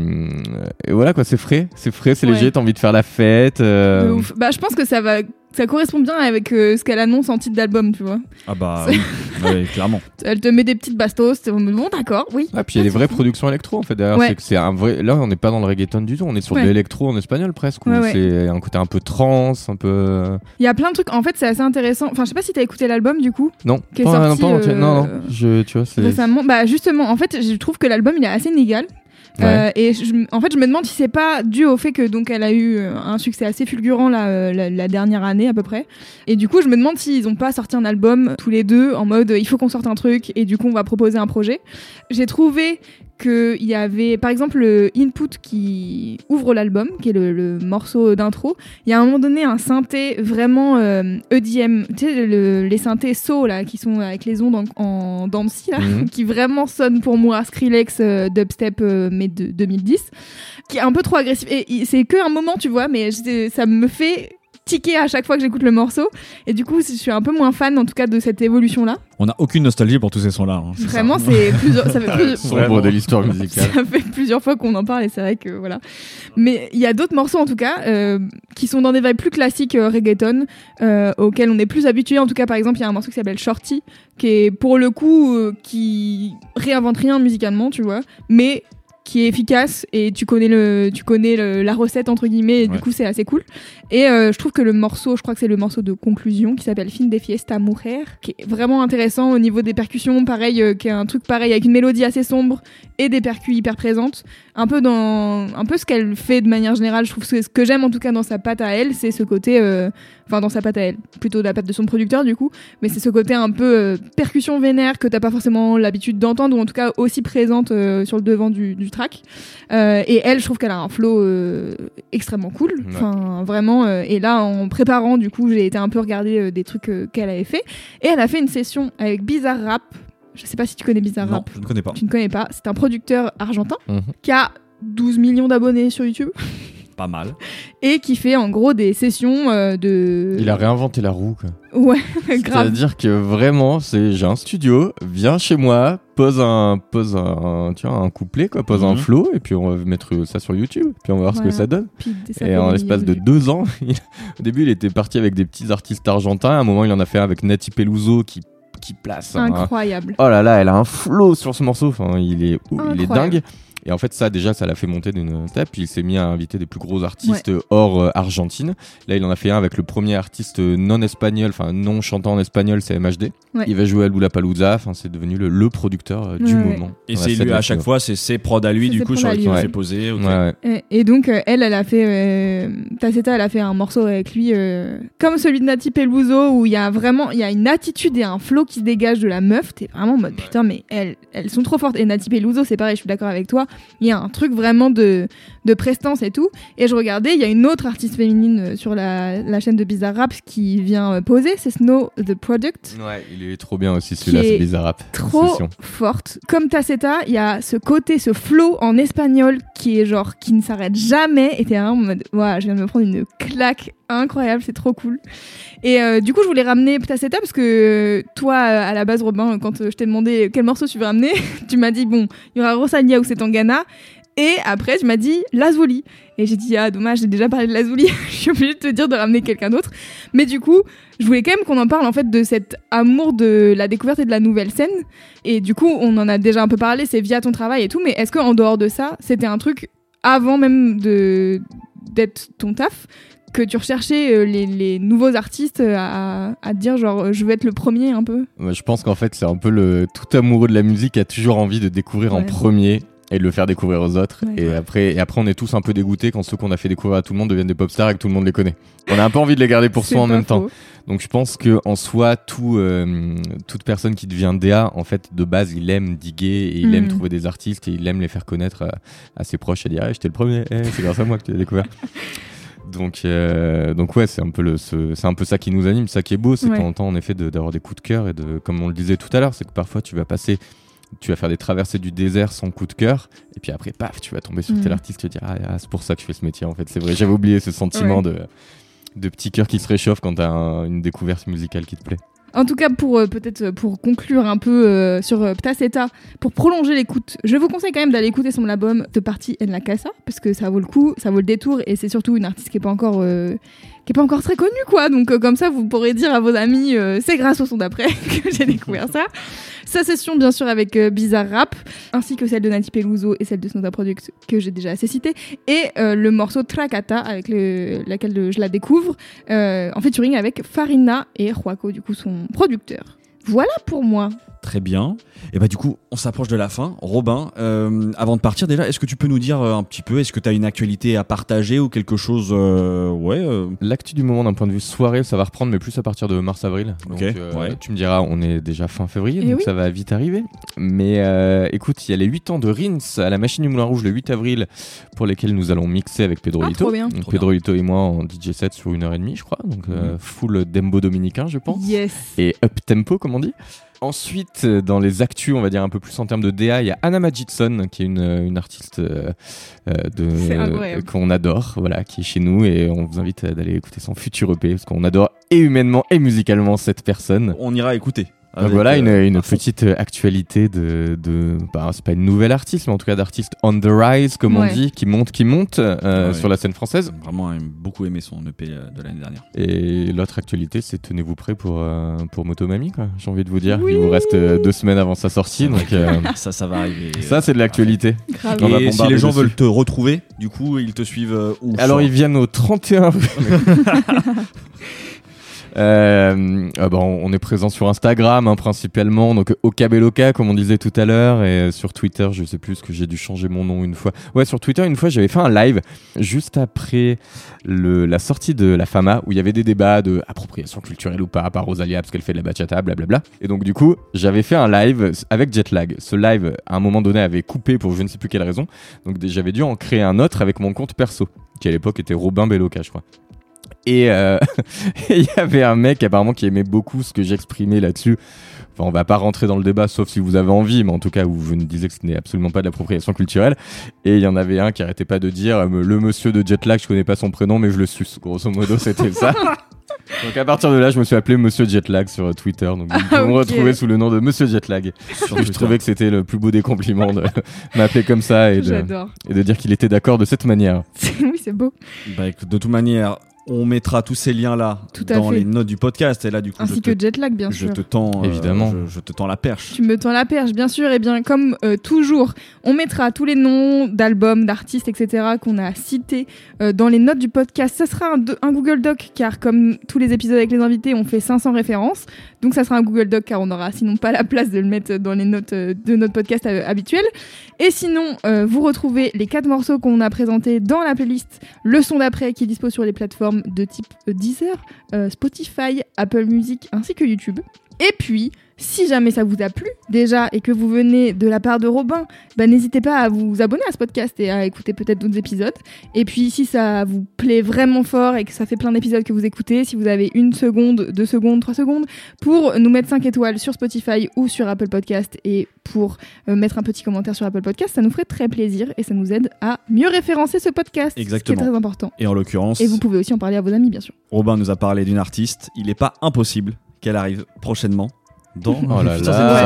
et voilà quoi, c'est frais, c'est frais, c'est ouais. Léger, t'as envie de faire la fête. Euh... De ouf. Bah je pense que ça va. Ça correspond bien avec euh, ce qu'elle annonce en titre d'album, tu vois. Ah bah, oui, ouais, clairement. Elle te met des petites bastos, t'es bon, d'accord, oui. Ah, puis il y a des vraies productions électro, en fait, derrière. Ouais. C'est que c'est un vrai... Là, on n'est pas dans le reggaeton du tout, on est sur ouais. de l'électro en espagnol, presque. Ouais, ouais. C'est un côté un peu trance, un peu... Il y a plein de trucs, en fait, c'est assez intéressant. Enfin, je sais pas si t'as écouté l'album, du coup. Non, qui est pas, sorti, non, pas, euh... non, non, je, tu vois, c'est... Récemment, bah justement, en fait, je trouve que l'album, il est assez inégal. Ouais. Euh, et je, en fait, je me demande si c'est pas dû au fait que donc elle a eu un succès assez fulgurant là, euh, la, la dernière année à peu près. Et du coup, je me demande s'ils ont pas sorti un album tous les deux en mode il faut qu'on sorte un truc et du coup on va proposer un projet. J'ai trouvé qu'il y avait par exemple le Input qui ouvre l'album, qui est le, le morceau d'intro. Il y a à un moment donné un synthé vraiment euh, E D M, tu sais le, les synthés soul là qui sont avec les ondes en, en dents de scie là, mmh. qui vraiment sonnent pour moi Skrillex euh, dubstep euh, mais de deux mille dix, qui est un peu trop agressif. Et c'est que un moment tu vois, mais ça me fait tiquer à chaque fois que j'écoute le morceau, et du coup je suis un peu moins fan en tout cas de cette évolution là. On n'a aucune nostalgie pour tous ces sons là, hein, c'est vraiment ça. C'est plusieurs, ça fait plusieurs sombre de l'histoire musicale. Ça fait plusieurs fois qu'on en parle et c'est vrai que voilà, mais il y a d'autres morceaux en tout cas euh, qui sont dans des vibes plus classiques euh, reggaeton euh, auxquels on est plus habitué. En tout cas par exemple il y a un morceau qui s'appelle Shorty qui est pour le coup euh, qui réinvente rien musicalement tu vois, mais qui est efficace et tu connais le tu connais le, la recette entre guillemets et ouais. Du coup c'est assez cool. Et euh, je trouve que le morceau, je crois que c'est le morceau de conclusion qui s'appelle Fin de Fiesta Mujer, qui est vraiment intéressant au niveau des percussions, pareil euh, qui est un truc pareil avec une mélodie assez sombre et des percus hyper présentes, un peu dans un peu ce qu'elle fait de manière générale. Je trouve que ce que j'aime en tout cas dans sa patte à elle, c'est ce côté euh, enfin dans sa patte à elle, plutôt la patte de son producteur du coup, mais c'est ce côté un peu euh, percussion vénère que t'as pas forcément l'habitude d'entendre, ou en tout cas aussi présente euh, sur le devant du, du track. Euh, et elle, je trouve qu'elle a un flow euh, extrêmement cool. Enfin, ouais. vraiment. Euh, et là, en préparant, du coup, j'ai été un peu regarder euh, des trucs euh, qu'elle avait fait. Et elle a fait une session avec Bizarre Rap. Je sais pas si tu connais Bizarre non, Rap. Je ne connais pas. Tu ne connais pas. C'est un producteur argentin mmh. qui a douze millions d'abonnés sur YouTube. Pas mal. Et qui fait en gros des sessions euh, de... Il a réinventé la roue, quoi. Ouais, grave. C'est-à-dire que vraiment, c'est j'ai un studio, viens chez moi, pose un, pose un, tu vois, un couplet, quoi, pose mm-hmm. un flow, et puis on va mettre ça sur YouTube, puis on va voir voilà. ce que ça donne. Puis, ça et en l'espace de deux ans, il, au début, il était parti avec des petits artistes argentins. À un moment, il en a fait un avec Nati Peluso qui qui place. Incroyable. Un... Oh là là, elle a un flow sur ce morceau. Enfin, il est, il est dingue. Et en fait, ça, déjà, ça l'a fait monter d'une étape. Puis il s'est mis à inviter des plus gros artistes ouais. hors euh, Argentine. Là, il en a fait un avec le premier artiste non espagnol, enfin non chantant en espagnol, c'est M H D. Ouais. Il va jouer à Lollapalooza. Enfin, c'est devenu le, le producteur euh, du ouais. moment. Et c'est lui, à chaque fois, c'est ses prods à lui, c'est du coup, sur lesquels il ouais. fait poser. Okay. Ouais, ouais. Et, et donc, euh, elle, elle a fait. Euh, Taceta, elle a fait un morceau avec lui, euh, comme celui de Nati Peluso, où il y a vraiment il y a une attitude et un flow qui se dégage de la meuf. T'es vraiment en mode ouais. putain, mais elles, elles sont trop fortes. Et Nati Peluso, c'est pareil, je suis d'accord avec toi. Il y a un truc vraiment de, de prestance et tout. Et je regardais, il y a une autre artiste féminine sur la, la chaîne de Bizarre Rap qui vient poser, c'est Snow The Product. Ouais, il est trop bien aussi celui-là, c'est Bizarre Rap. Trop session. Forte. Comme Taceta, il y a ce côté, ce flow en espagnol qui est genre, qui ne s'arrête jamais. Et t'es vraiment en mode, ouais, je viens de me prendre une claque incroyable, c'est trop cool. Et euh, du coup, je voulais ramener Taceta parce que toi, à la base, Robin, quand je t'ai demandé quel morceau tu veux ramener, tu m'as dit, bon, il y aura Rosalia ou c'est Tangana. Et après, tu m'as dit Lazuli. Et j'ai dit, ah, dommage, j'ai déjà parlé de Lazuli. Je suis obligée de te dire de ramener quelqu'un d'autre. Mais du coup, je voulais quand même qu'on en parle, en fait, de cet amour de la découverte et de la nouvelle scène. Et du coup, on en a déjà un peu parlé, c'est via ton travail et tout. Mais est-ce qu'en dehors de ça, c'était un truc, avant même de, d'être ton taf, que tu recherchais les, les nouveaux artistes à, à te dire, genre, je veux être le premier un peu? Je pense qu'en fait, c'est un peu le tout amoureux de la musique qui a toujours envie de découvrir ouais. en premier. Et de le faire découvrir aux autres. Ouais. Et, après, et après, on est tous un peu dégoûtés quand ceux qu'on a fait découvrir à tout le monde deviennent des pop stars et que tout le monde les connaît. On a un peu envie de les garder pour soi en même faux. temps. Donc je pense qu'en soi, tout, euh, toute personne qui devient D A, en fait, de base, il aime diguer et il mmh. aime trouver des artistes et il aime les faire connaître à, à ses proches et dire hey, « j'étais le premier, hey, c'est grâce à moi que tu l'as découvert ». Donc, euh, donc ouais, c'est un peu le, ce, c'est un peu ça qui nous anime, ça qui est beau, c'est ouais. qu'on entend en effet de, d'avoir des coups de cœur et de, comme on le disait tout à l'heure, c'est que parfois tu vas passer... Tu vas faire des traversées du désert sans coup de cœur, et puis après, paf, tu vas tomber sur mmh. tel artiste, tu vas dire ah, ah, c'est pour ça que je fais ce métier en fait. C'est vrai, j'avais oublié ce sentiment ouais. de, de petit cœur qui se réchauffe quand t'as un, une découverte musicale qui te plaît. En tout cas, pour euh, peut-être pour conclure un peu euh, sur euh, Taceta, pour prolonger l'écoute, je vous conseille quand même d'aller écouter son album De Parti en la Casa, parce que ça vaut le coup, ça vaut le détour, et c'est surtout une artiste qui est pas encore euh, qui est pas encore très connue, quoi. Donc euh, comme ça, vous pourrez dire à vos amis, euh, c'est grâce au son d'après que j'ai découvert ça. Sa session, bien sûr, avec euh, Bizarre Rap, ainsi que celle de Nati Peluso et celle de Snow The Product que j'ai déjà assez cité, et euh, le morceau Tracata, avec le, laquelle je la découvre, euh, en featuring avec Farina et Juaco, du coup, son producteur. Voilà pour moi. Très bien. Et bah du coup, on s'approche de la fin. Robin, euh, avant de partir déjà, est-ce que tu peux nous dire euh, un petit peu, est-ce que tu as une actualité à partager ou quelque chose euh, ouais. Euh... L'actu du moment d'un point de vue soirée, ça va reprendre, mais plus à partir de mars-avril. Donc okay, euh, ouais. tu me diras, on est déjà fin février, et donc oui. ça va vite arriver. Mais euh, écoute, il y a les huit ans de Rins à la Machine du Moulin Rouge le huit avril, pour lesquels nous allons mixer avec Pedro ah, Lito. Trop bien. Donc trop Pedro bien. Lito et moi en D J set sur une heure et demie, je crois. Donc mmh. euh, full dembo dominicain, je pense. Yes. Et up tempo, comme on dit. Ensuite, dans les actus, on va dire un peu plus en termes de D A, il y a Anna Magidson, qui est une, une artiste euh, de, euh, qu'on adore, voilà, qui est chez nous, et on vous invite d'aller écouter son futur E P, parce qu'on adore et humainement et musicalement cette personne. On ira écouter. Donc voilà euh, une, une petite actualité de, de bah, c'est pas une nouvelle artiste, mais en tout cas d'artiste on the rise, comme ouais. on dit, qui monte, qui monte euh, ouais. sur la scène française. Vraiment beaucoup aimé son E P de l'année dernière. Et l'autre actualité, c'est tenez-vous prêts pour, euh, pour Motomami, quoi. J'ai envie de vous dire. Oui. Il vous reste euh, deux semaines avant sa sortie. Donc, euh, ça, ça va arriver. Ça, c'est de l'actualité. Et si les gens dessus. veulent te retrouver, du coup, ils te suivent euh, où? Alors, ils viennent au trente et un Euh, ah bah, on est présent sur Instagram hein, principalement, donc Okabeloka comme on disait tout à l'heure, et sur Twitter, je sais plus, que j'ai dû changer mon nom une fois. Ouais, sur Twitter une fois j'avais fait un live juste après le, la sortie de la Fama où il y avait des débats de appropriation culturelle ou pas par Rosalia parce qu'elle fait de la bachata, blablabla. Et donc du coup j'avais fait un live avec Jetlag. Ce live à un moment donné avait coupé pour je ne sais plus quelle raison, donc j'avais dû en créer un autre avec mon compte perso qui à l'époque était Robin Beloka je crois. Et il euh, y avait un mec apparemment qui aimait beaucoup ce que j'exprimais là-dessus. Enfin, on va pas rentrer dans le débat sauf si vous avez envie, mais en tout cas où je ne disais que ce n'est absolument pas de l'appropriation culturelle. Et il y en avait un qui arrêtait pas de dire le monsieur de Jetlag, je connais pas son prénom mais je le suce. Grosso modo c'était ça. Donc à partir de là je me suis appelé Monsieur Jetlag sur Twitter. Donc vous pouvez ah, okay. me retrouver sous le nom de Monsieur Jetlag. Je trouvais que c'était le plus beau des compliments de m'appeler comme ça et de, et de dire qu'il était d'accord de cette manière. Oui c'est beau. Bah écoute, de toute manière on mettra tous ces liens-là dans fait. les notes du podcast. Et là, du coup, ainsi je que te, Jetlag, bien je sûr. Te tends, Évidemment. Euh, je, je te tends la perche. Tu me tends la perche, bien sûr. Et bien, comme euh, toujours, on mettra tous les noms d'albums, d'artistes, et cetera qu'on a cités euh, dans les notes du podcast. Ça sera un, un Google Doc, car comme tous les épisodes avec les invités, on fait cinq cents références. Donc, ça sera un Google Doc, car on n'aura sinon pas la place de le mettre dans les notes euh, de notre podcast euh, habituel. Et sinon, euh, vous retrouvez les quatre morceaux qu'on a présentés dans la playlist Le Son d'après, qui est dispo sur les plateformes de type euh, Deezer, euh, Spotify, Apple Music ainsi que YouTube. Et puis, si jamais ça vous a plu déjà et que vous venez de la part de Robin, bah, n'hésitez pas à vous abonner à ce podcast et à écouter peut-être d'autres épisodes. Et puis si ça vous plaît vraiment fort et que ça fait plein d'épisodes que vous écoutez, si vous avez une seconde, deux secondes, trois secondes pour nous mettre cinq étoiles sur Spotify ou sur Apple Podcast et pour euh, mettre un petit commentaire sur Apple Podcast, ça nous ferait très plaisir et ça nous aide à mieux référencer ce podcast. Exactement. Ce qui est très important. Et en l'occurrence... Et vous pouvez aussi en parler à vos amis, bien sûr. Robin nous a parlé d'une artiste. Il n'est pas impossible qu'elle arrive prochainement dans oh là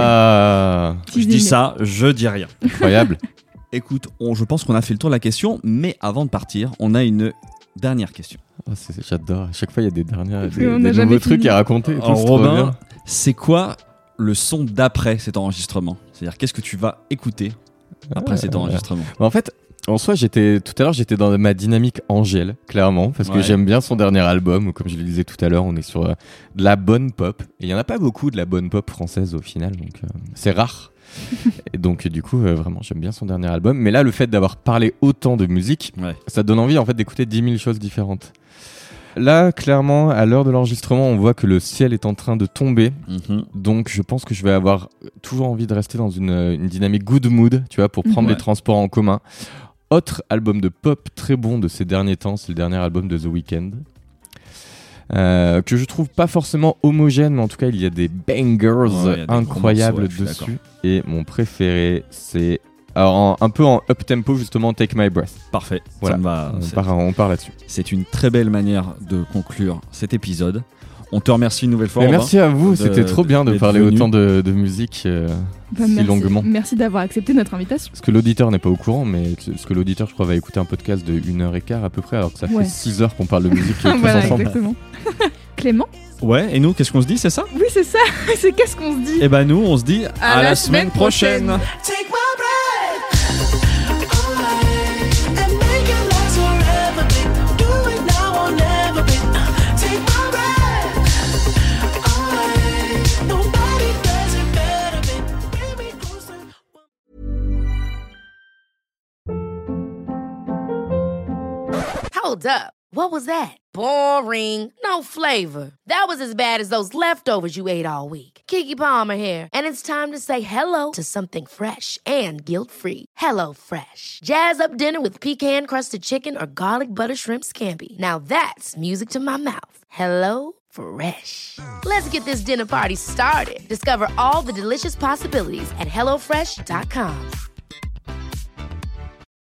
là. Je dis ça, je dis rien. Incroyable. Écoute, on, je pense qu'on a fait le tour de la question, mais avant de partir, on a une dernière question. Oh, c'est, j'adore. À chaque fois, il y a des dernières, des, des nouveaux trucs à raconter. Alors, Robin, c'est quoi le son d'après cet enregistrement ? C'est-à-dire, qu'est-ce que tu vas écouter après ah, cet enregistrement ? Bah, en fait, en soi, j'étais tout à l'heure, j'étais dans ma dynamique Angèle, clairement, parce que ouais. j'aime bien son dernier album. Où, comme je le disais tout à l'heure, on est sur euh, de la bonne pop. Et il y en a pas beaucoup de la bonne pop française au final, donc euh, c'est rare. Et donc du coup, euh, vraiment, j'aime bien son dernier album. Mais là, le fait d'avoir parlé autant de musique, ouais. ça donne envie en fait d'écouter dix mille choses différentes. Là, clairement, à l'heure de l'enregistrement, on voit que le ciel est en train de tomber. Mm-hmm. Donc, je pense que je vais avoir toujours envie de rester dans une, une dynamique good mood, tu vois, pour prendre ouais. les transports en commun. Autre album de pop très bon de ces derniers temps, c'est le dernier album de The Weeknd. Euh, que je trouve pas forcément homogène, mais en tout cas, il y a des bangers ouais, y a des incroyables morceaux, ouais, dessus. Et mon préféré, c'est... Alors, en, un peu en up-tempo, justement, Take My Breath. Parfait, voilà. Ça me va, on, part, on part là-dessus. C'est une très belle manière de conclure cet épisode. On te remercie une nouvelle fois. Mais merci à vous, de, c'était trop bien de parler venu. autant de, de musique euh, bah, si merci, longuement. Merci d'avoir accepté notre invitation. Parce que l'auditeur n'est pas au courant, mais parce que l'auditeur, je crois, va écouter un podcast de une heure et quart à peu près, alors que ça ouais. fait six heures qu'on parle de musique tous voilà, ensemble. Exactement. Clément ? Ouais, et nous, qu'est-ce qu'on se dit, c'est ça ? Oui, c'est ça. C'est qu'est-ce qu'on se dit ? Eh ben nous, on se dit à, à la, la semaine, semaine prochaine. prochaine. Take my breath away and make it last forever. Do it now or never. Take my breath away. Nobody does it better. Bring me closer. Hold up. What was that? Boring. No flavor. That was as bad as those leftovers you ate all week. Keke Palmer here, and it's time to say hello to something fresh and guilt-free. Hello Fresh. Jazz up dinner with pecan-crusted chicken or garlic butter shrimp scampi. Now that's music to my mouth. Hello Fresh. Let's get this dinner party started. Discover all the delicious possibilities at hello fresh dot com.